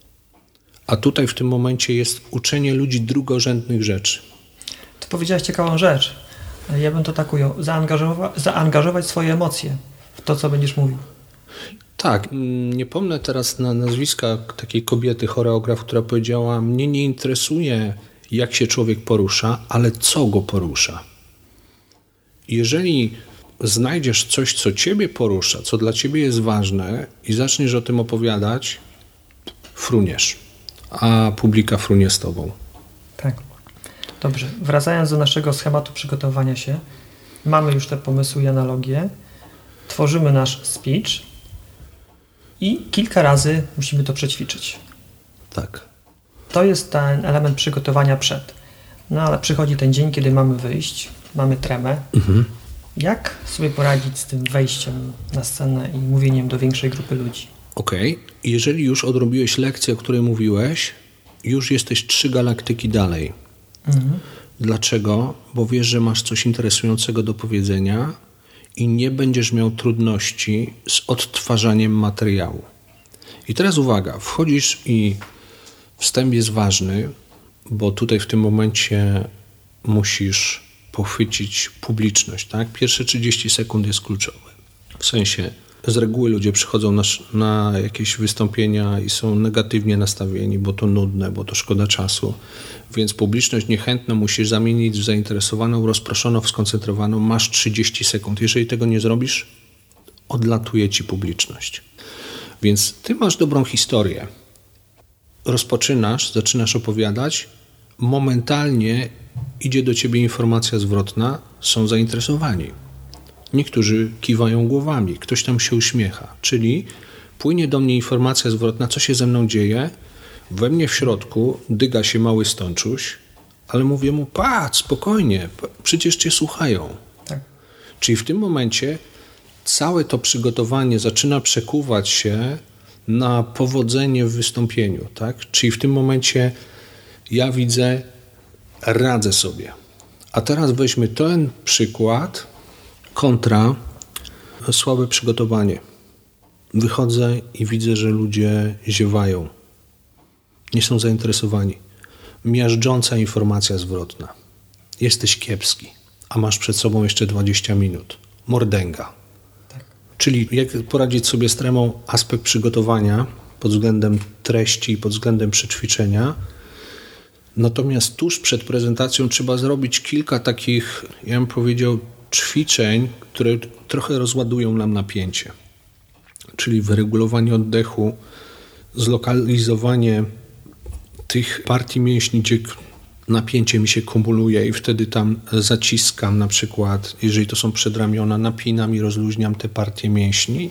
A tutaj w tym momencie jest uczenie ludzi drugorzędnych rzeczy. Ty powiedziałeś ciekawą rzecz. Ja bym to tak ujął. Zaangażować swoje emocje w to, co będziesz mówił. Tak. Nie pomnę teraz na nazwiska takiej kobiety, choreograf, która powiedziała, mnie nie interesuje, jak się człowiek porusza, ale co go porusza. Jeżeli znajdziesz coś, co ciebie porusza, co dla ciebie jest ważne i zaczniesz o tym opowiadać, fruniesz, a publika frunie z tobą. Tak. Dobrze. Wracając do naszego schematu przygotowania się, mamy już te pomysły i analogie, tworzymy nasz speech i kilka razy musimy to przećwiczyć. Tak. To jest ten element przygotowania przed. No ale przychodzi ten dzień, kiedy mamy wyjść, mamy tremę. Jak sobie poradzić z tym wejściem na scenę i mówieniem do większej grupy ludzi? Okej. Jeżeli już odrobiłeś lekcję, o której mówiłeś, już jesteś 3 galaktyki dalej. Dlaczego? Bo wiesz, że masz coś interesującego do powiedzenia i nie będziesz miał trudności z odtwarzaniem materiału. I teraz uwaga, wchodzisz i wstęp jest ważny, bo tutaj w tym momencie musisz pochwycić publiczność. Tak? Pierwsze 30 sekund jest kluczowe. W sensie, z reguły ludzie przychodzą na jakieś wystąpienia i są negatywnie nastawieni, bo to nudne, bo to szkoda czasu. Więc publiczność niechętną musisz zamienić w zainteresowaną, rozproszoną, w skoncentrowaną. Masz 30 sekund. Jeżeli tego nie zrobisz, odlatuje ci publiczność. Więc ty masz dobrą historię. Zaczynasz opowiadać, momentalnie idzie do ciebie informacja zwrotna, są zainteresowani. Niektórzy kiwają głowami, ktoś tam się uśmiecha, czyli płynie do mnie informacja zwrotna, co się ze mną dzieje, we mnie w środku dyga się mały stączuś, ale mówię mu, patrz, spokojnie, przecież cię słuchają. Tak. Czyli w tym momencie całe to przygotowanie zaczyna przekuwać się na powodzenie w wystąpieniu, tak? Czyli w tym momencie ja widzę, radzę sobie. A teraz weźmy ten przykład kontra słabe przygotowanie. Wychodzę i widzę, że ludzie ziewają. Nie są zainteresowani. Miażdżąca informacja zwrotna. Jesteś kiepski, a masz przed sobą jeszcze 20 minut. Mordęga. Tak. Czyli jak poradzić sobie z tremą, aspekt przygotowania pod względem treści, pod względem przećwiczenia. Natomiast tuż przed prezentacją trzeba zrobić kilka takich, ja bym powiedział, ćwiczeń, które trochę rozładują nam napięcie. Czyli wyregulowanie oddechu, zlokalizowanie tych partii mięśni, gdzie napięcie mi się kumuluje i wtedy tam zaciskam na przykład, jeżeli to są przedramiona, napinam i rozluźniam te partie mięśni,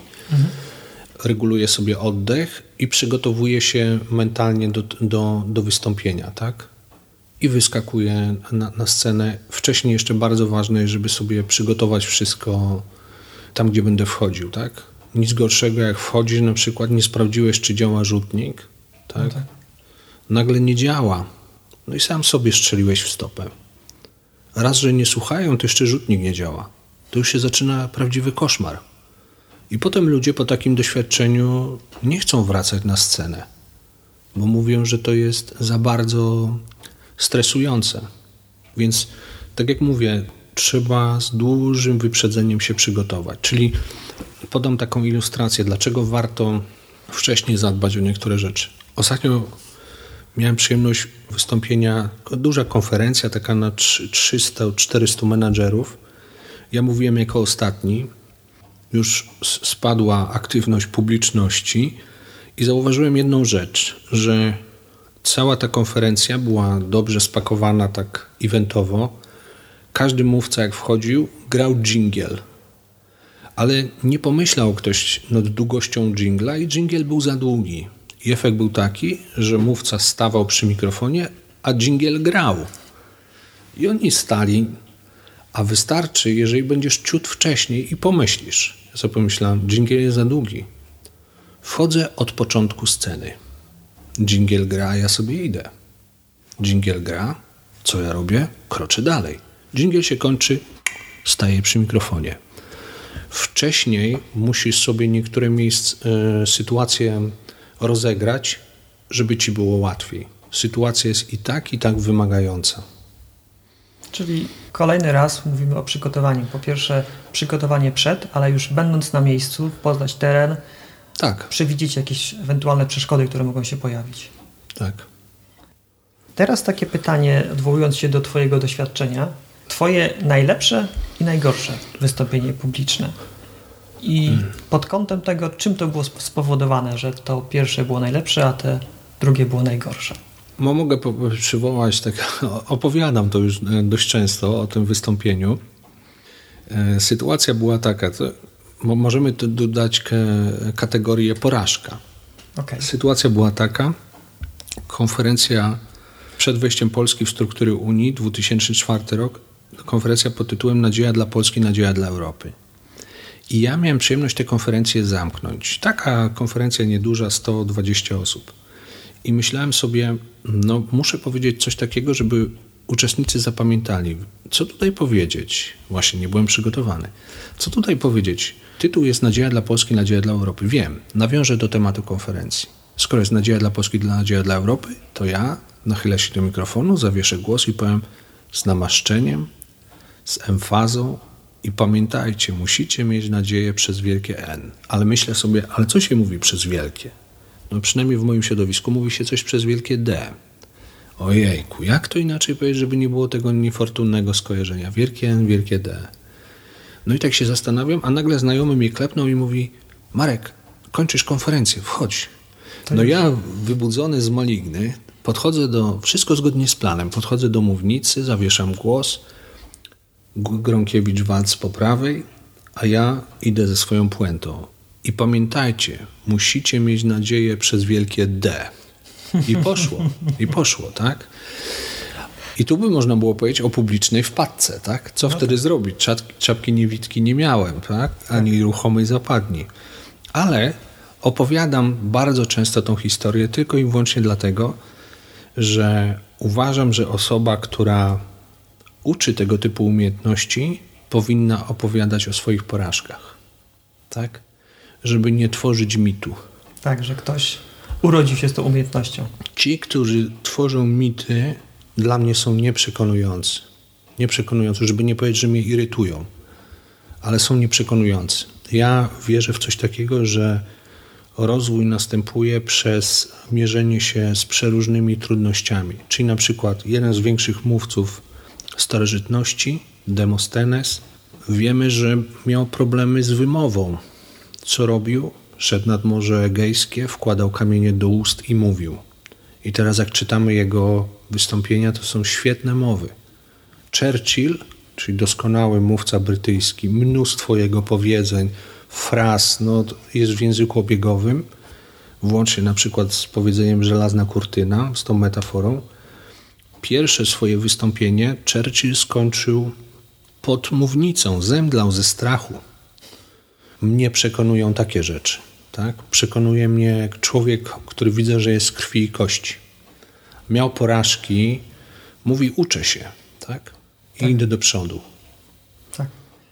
reguluję sobie oddech i przygotowuję się mentalnie do wystąpienia, tak? I wyskakuję na scenę. Wcześniej jeszcze bardzo ważne jest, żeby sobie przygotować wszystko tam, gdzie będę wchodził, tak? Nic gorszego, jak wchodzisz, na przykład nie sprawdziłeś, czy działa rzutnik, tak? No tak. Nagle nie działa. No i sam sobie strzeliłeś w stopę. Raz, że nie słuchają, to jeszcze rzutnik nie działa. To już się zaczyna prawdziwy koszmar. I potem ludzie po takim doświadczeniu nie chcą wracać na scenę, bo mówią, że to jest za bardzo stresujące. Więc, tak jak mówię, trzeba z dużym wyprzedzeniem się przygotować. Czyli podam taką ilustrację, dlaczego warto wcześniej zadbać o niektóre rzeczy. Ostatnio miałem przyjemność wystąpienia, duża konferencja, taka na 300-400 menadżerów. Ja mówiłem jako ostatni. Już spadła aktywność publiczności i zauważyłem jedną rzecz, że cała ta konferencja była dobrze spakowana tak eventowo. Każdy mówca jak wchodził, grał dżingiel. Ale nie pomyślał ktoś nad długością dżingla i dżingiel był za długi. I efekt był taki, że mówca stawał przy mikrofonie, a dżingiel grał. I oni stali, a wystarczy, jeżeli będziesz ciut wcześniej i pomyślisz. Ja sobie pomyślałem, dżingiel jest za długi. Wchodzę od początku sceny. Dżingiel gra, ja sobie idę. Dżingiel gra, co ja robię? Kroczę dalej. Dżingiel się kończy, staję przy mikrofonie. Wcześniej musisz sobie niektóre sytuacje rozegrać, żeby ci było łatwiej. Sytuacja jest i tak wymagająca. Czyli kolejny raz mówimy o przygotowaniu. Po pierwsze przygotowanie przed, ale już będąc na miejscu, poznać teren, tak. Przewidzieć jakieś ewentualne przeszkody, które mogą się pojawić. Tak. Teraz takie pytanie, odwołując się do twojego doświadczenia. Twoje najlepsze i najgorsze wystąpienie publiczne. I pod kątem tego, czym to było spowodowane, że to pierwsze było najlepsze, a te drugie było najgorsze. Mogę przywołać, opowiadam to już dość często o tym wystąpieniu. Sytuacja była taka, możemy tu dodać kategorię porażka. Okay. Sytuacja była taka, konferencja przed wejściem Polski w struktury Unii, 2004 rok, konferencja pod tytułem Nadzieja dla Polski, nadzieja dla Europy. I ja miałem przyjemność tę konferencję zamknąć. Taka konferencja nieduża, 120 osób. I myślałem sobie, muszę powiedzieć coś takiego, żeby uczestnicy zapamiętali. Co tutaj powiedzieć? Właśnie, nie byłem przygotowany. Co tutaj powiedzieć? Tytuł jest Nadzieja dla Polski, nadzieja dla Europy. Wiem, nawiążę do tematu konferencji. Skoro jest Nadzieja dla Polski, nadzieja dla Europy, to ja nachylę się do mikrofonu, zawieszę głos i powiem z namaszczeniem, z emfazą i pamiętajcie, musicie mieć nadzieję przez wielkie N. Ale myślę sobie, ale co się mówi przez wielkie? Przynajmniej w moim środowisku mówi się coś przez wielkie D. Ojejku, jak to inaczej powiedzieć, żeby nie było tego niefortunnego skojarzenia? Wielkie N, wielkie D. No i tak się zastanawiam, a nagle znajomy mnie klepnął i mówi: Marek, kończysz konferencję, wchodź. No ja wybudzony z maligny podchodzę wszystko zgodnie z planem, podchodzę do mównicy, zawieszam głos, Gronkiewicz-Walc po prawej, a ja idę ze swoją puentą. I pamiętajcie, musicie mieć nadzieję przez wielkie D. I poszło, tak? I tu by można było powiedzieć o publicznej wpadce, tak? Co wtedy zrobić? Czapki niewidki nie miałem, tak? Ani ruchomej zapadni. Ale opowiadam bardzo często tą historię tylko i wyłącznie dlatego, że uważam, że osoba, która uczy tego typu umiejętności, powinna opowiadać o swoich porażkach, tak? Żeby nie tworzyć mitu. Tak, że ktoś urodził się z tą umiejętnością. Ci, którzy tworzą mity, dla mnie są nieprzekonujący. Nieprzekonujący, żeby nie powiedzieć, że mnie irytują, ale są nieprzekonujący. Ja wierzę w coś takiego, że rozwój następuje przez mierzenie się z przeróżnymi trudnościami. Czyli na przykład jeden z większych mówców starożytności, Demostenes, wiemy, że miał problemy z wymową. Co robił? Szedł nad Morze Egejskie, wkładał kamienie do ust i mówił. I teraz jak czytamy jego wystąpienia, to są świetne mowy. Churchill, czyli doskonały mówca brytyjski, mnóstwo jego powiedzeń, fraz, jest w języku obiegowym, włącznie na przykład z powiedzeniem żelazna kurtyna, z tą metaforą. Pierwsze swoje wystąpienie Churchill skończył pod mównicą, zemdlał ze strachu. Mnie przekonują takie rzeczy. Tak? Przekonuje mnie człowiek, który widzę, że jest z krwi i kości. Miał porażki, mówi uczę się, tak? I idę do przodu. Tak.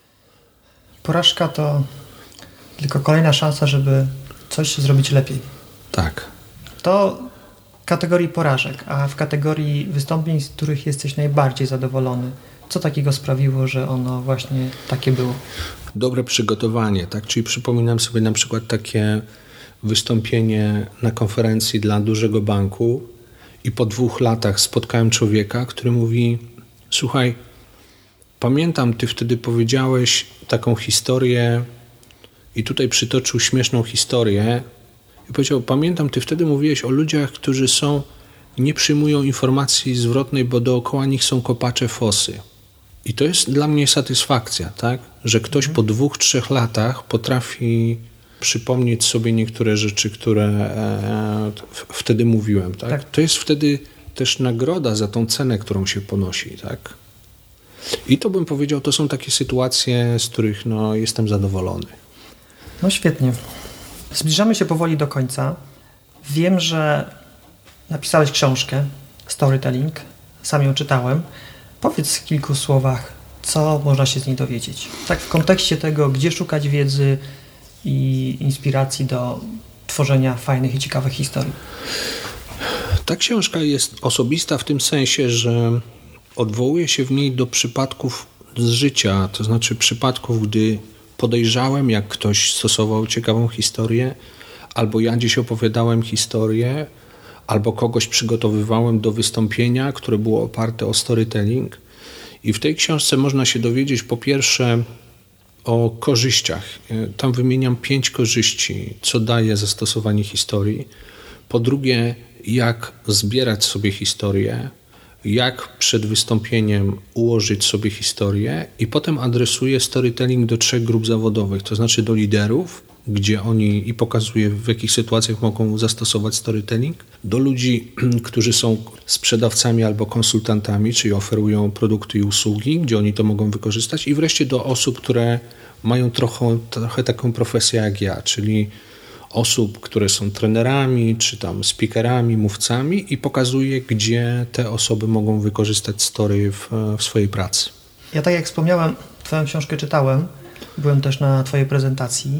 Porażka to tylko kolejna szansa, żeby coś zrobić lepiej. Tak. To w kategorii porażek, a w kategorii wystąpień, z których jesteś najbardziej zadowolony. Co takiego sprawiło, że ono właśnie takie było? Dobre przygotowanie, tak? Czyli przypominam sobie na przykład takie wystąpienie na konferencji dla dużego banku i po 2 latach spotkałem człowieka, który mówi: słuchaj, pamiętam, ty wtedy powiedziałeś taką historię i tutaj przytoczył śmieszną historię i powiedział: pamiętam, ty wtedy mówiłeś o ludziach, którzy nie przyjmują informacji zwrotnej, bo dookoła nich są kopacze fosy. I to jest dla mnie satysfakcja, tak? Że ktoś po 2-3 latach potrafi przypomnieć sobie niektóre rzeczy, które wtedy mówiłem, tak? Tak? To jest wtedy też nagroda za tą cenę, którą się ponosi, tak? I to bym powiedział, to są takie sytuacje, z których jestem zadowolony. No świetnie. Zbliżamy się powoli do końca. Wiem, że napisałeś książkę Storytelling. Sam ją czytałem. Powiedz w kilku słowach, co można się z niej dowiedzieć. Tak w kontekście tego, gdzie szukać wiedzy i inspiracji do tworzenia fajnych i ciekawych historii. Ta książka jest osobista w tym sensie, że odwołuje się w niej do przypadków z życia, to znaczy przypadków, gdy podejrzałem, jak ktoś stosował ciekawą historię, albo ja gdzieś opowiadałem historię, albo kogoś przygotowywałem do wystąpienia, które było oparte o storytelling. I w tej książce można się dowiedzieć po pierwsze o korzyściach. Tam wymieniam 5 korzyści, co daje zastosowanie historii. Po drugie, jak zbierać sobie historię, jak przed wystąpieniem ułożyć sobie historię i potem adresuję storytelling do 3 grup zawodowych, to znaczy do liderów, gdzie oni i pokazuje, w jakich sytuacjach mogą zastosować storytelling, do ludzi, którzy są sprzedawcami albo konsultantami, czyli oferują produkty i usługi, gdzie oni to mogą wykorzystać, i wreszcie do osób, które mają trochę taką profesję jak ja, czyli osób, które są trenerami, czy tam speakerami, mówcami, i pokazuje, gdzie te osoby mogą wykorzystać story w swojej pracy. Ja, tak jak wspomniałem, Twoją książkę czytałem, byłem też na Twojej prezentacji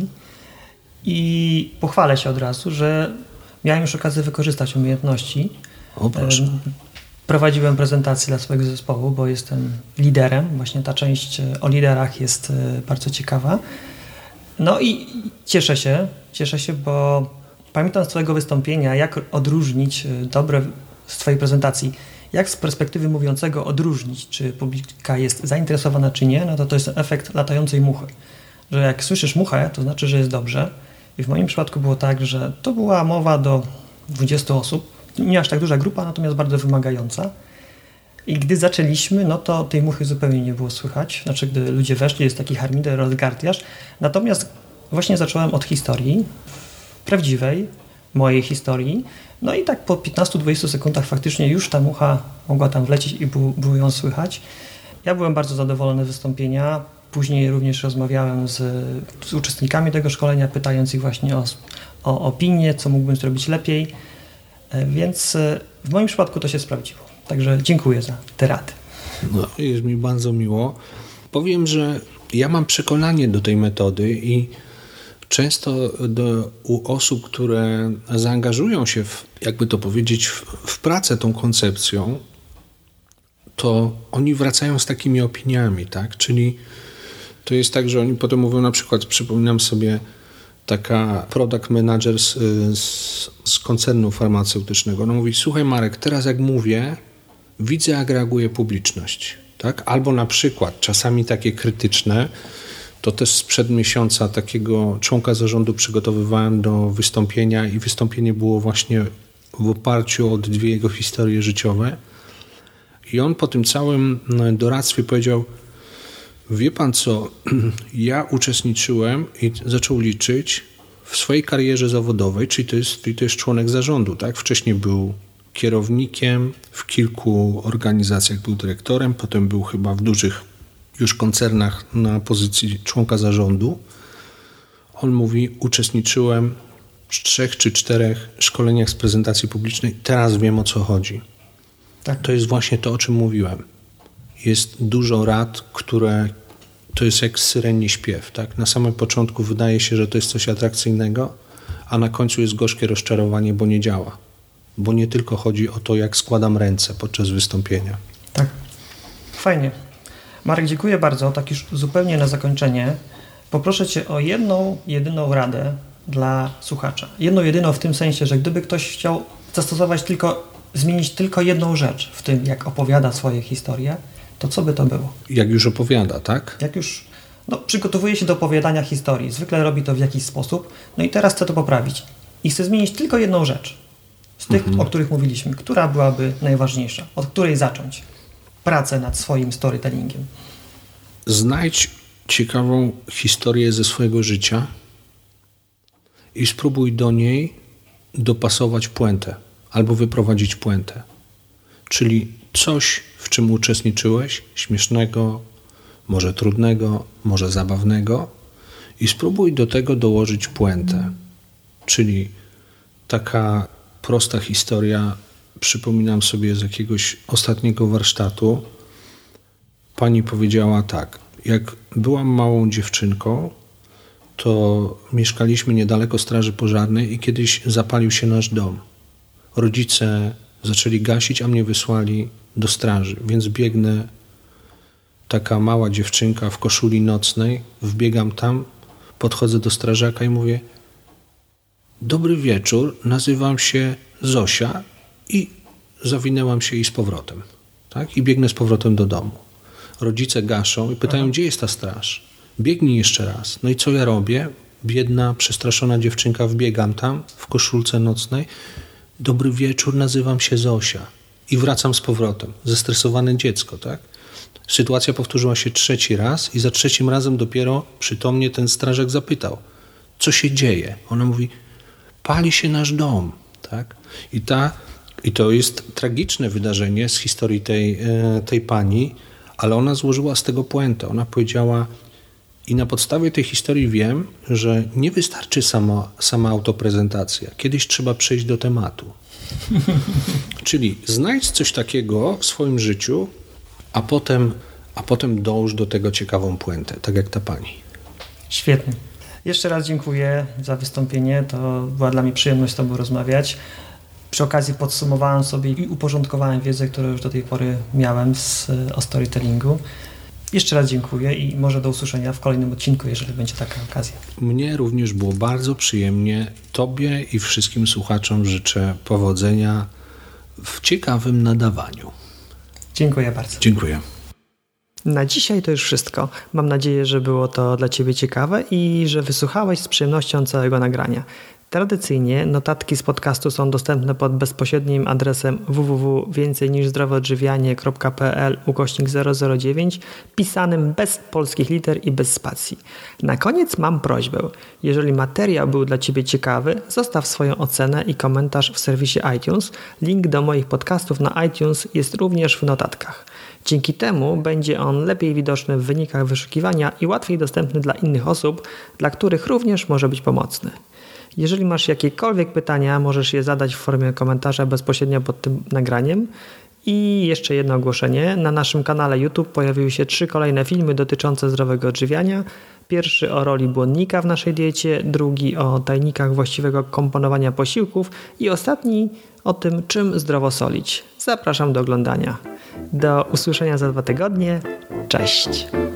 i pochwalę się od razu, że miałem już okazję wykorzystać umiejętności. O, proszę. Prowadziłem prezentację dla swojego zespołu, bo jestem liderem. Właśnie ta część o liderach jest bardzo ciekawa. No i cieszę się, bo pamiętam z Twojego wystąpienia, jak odróżnić dobre z Twojej prezentacji, jak z perspektywy mówiącego odróżnić, czy publika jest zainteresowana, czy nie, no to jest efekt latającej muchy. Że jak słyszysz muchę, to znaczy, że jest dobrze. I w moim przypadku było tak, że to była mowa do 20 osób. Nie aż tak duża grupa, natomiast bardzo wymagająca. I gdy zaczęliśmy, no to tej muchy zupełnie nie było słychać. Znaczy, gdy ludzie weszli, jest taki harmider, rozgardiasz. Natomiast właśnie zacząłem od historii prawdziwej, mojej historii. No i tak po 15-20 sekundach faktycznie już ta mucha mogła tam wlecieć i było ją słychać. Ja byłem bardzo zadowolony z wystąpienia. Później również rozmawiałem z uczestnikami tego szkolenia, pytając ich właśnie o opinię, co mógłbym zrobić lepiej. Więc w moim przypadku to się sprawdziło. Także dziękuję za te rady. No, jest mi bardzo miło. Powiem, że ja mam przekonanie do tej metody i często u osób, które zaangażują się jakby to powiedzieć, w pracę tą koncepcją, to oni wracają z takimi opiniami, tak? Czyli to jest tak, że oni potem mówią, na przykład przypominam sobie taka product manager z koncernu farmaceutycznego. Ona mówi, słuchaj Marek, teraz jak mówię, widzę jak reaguje publiczność, tak? Albo na przykład czasami takie krytyczne, to też sprzed miesiąca takiego członka zarządu przygotowywałem do wystąpienia i wystąpienie było właśnie w oparciu o 2 jego historie życiowe. I on po tym całym doradztwie powiedział, wie pan co, ja uczestniczyłem i zaczął liczyć w swojej karierze zawodowej, czyli to jest członek zarządu, tak? Wcześniej był kierownikiem, w kilku organizacjach był dyrektorem, potem był chyba w dużych już koncernach na pozycji członka zarządu. On mówi, uczestniczyłem w 3 czy 4 szkoleniach z prezentacji publicznej, teraz wiem o co chodzi. Tak. To jest właśnie to, o czym mówiłem. Jest dużo rad, które to jest jak syrenni śpiew. Tak? Na samym początku wydaje się, że to jest coś atrakcyjnego, a na końcu jest gorzkie rozczarowanie, bo nie działa. Bo nie tylko chodzi o to, jak składam ręce podczas wystąpienia. Tak. Fajnie. Marek, dziękuję bardzo. Tak już zupełnie na zakończenie poproszę Cię o jedną, jedyną radę dla słuchacza. Jedną, jedyną w tym sensie, że gdyby ktoś chciał zastosować zmienić tylko jedną rzecz w tym, jak opowiada swoje historie, to co by to było? Jak już opowiada, tak? Jak już przygotowuje się do opowiadania historii. Zwykle robi to w jakiś sposób. No i teraz chce to poprawić. I chce zmienić tylko jedną rzecz z tych, o których mówiliśmy. Która byłaby najważniejsza? Od której zacząć pracę nad swoim storytellingiem? Znajdź ciekawą historię ze swojego życia i spróbuj do niej dopasować puentę albo wyprowadzić puentę. Czyli coś, w czym uczestniczyłeś, śmiesznego, może trudnego, może zabawnego i spróbuj do tego dołożyć puentę. Czyli taka prosta historia, przypominam sobie z jakiegoś ostatniego warsztatu, pani powiedziała tak, jak byłam małą dziewczynką, to mieszkaliśmy niedaleko straży pożarnej i kiedyś zapalił się nasz dom. Rodzice zaczęli gasić, a mnie wysłali do straży, więc biegnę, taka mała dziewczynka w koszuli nocnej, wbiegam tam, podchodzę do strażaka i mówię, dobry wieczór, nazywam się Zosia i zawinęłam się i z powrotem. Tak? I biegnę z powrotem do domu. Rodzice gaszą i pytają, gdzie jest ta straż? Biegnij jeszcze raz. No i co ja robię? Biedna, przestraszona dziewczynka, wbiegam tam w koszulce nocnej. Dobry wieczór, nazywam się Zosia. I wracam z powrotem. Zestresowane dziecko, tak? Sytuacja powtórzyła się 3 raz i za 3 razem dopiero przytomnie ten strażak zapytał, co się dzieje? Ona mówi, pali się nasz dom, tak? I to jest tragiczne wydarzenie z historii tej pani, ale ona złożyła z tego puentę. Ona powiedziała, i na podstawie tej historii wiem, że nie wystarczy sama autoprezentacja. Kiedyś trzeba przejść do tematu. Czyli znajdź coś takiego w swoim życiu, a potem dołóż do tego ciekawą puentę, tak jak ta pani. Świetnie. Jeszcze raz dziękuję za wystąpienie. To była dla mnie przyjemność z Tobą rozmawiać. Przy okazji podsumowałem sobie i uporządkowałem wiedzę, którą już do tej pory miałem o storytellingu. Jeszcze raz dziękuję i może do usłyszenia w kolejnym odcinku, jeżeli będzie taka okazja. Mnie również było bardzo przyjemnie. Tobie i wszystkim słuchaczom życzę powodzenia w ciekawym nadawaniu. Dziękuję bardzo. Dziękuję. Na dzisiaj to już wszystko. Mam nadzieję, że było to dla Ciebie ciekawe i że wysłuchałeś z przyjemnością całego nagrania. Tradycyjnie notatki z podcastu są dostępne pod bezpośrednim adresem www.więcejniżzdrowoodżywianie.pl/009 pisanym bez polskich liter i bez spacji. Na koniec mam prośbę. Jeżeli materiał był dla Ciebie ciekawy, zostaw swoją ocenę i komentarz w serwisie iTunes. Link do moich podcastów na iTunes jest również w notatkach. Dzięki temu będzie on lepiej widoczny w wynikach wyszukiwania i łatwiej dostępny dla innych osób, dla których również może być pomocny. Jeżeli masz jakiekolwiek pytania, możesz je zadać w formie komentarza bezpośrednio pod tym nagraniem. I jeszcze jedno ogłoszenie. Na naszym kanale YouTube pojawiły się 3 kolejne filmy dotyczące zdrowego odżywiania. Pierwszy o roli błonnika w naszej diecie, drugi o tajnikach właściwego komponowania posiłków i ostatni o tym, czym zdrowo solić. Zapraszam do oglądania. Do usłyszenia za 2 tygodnie. Cześć!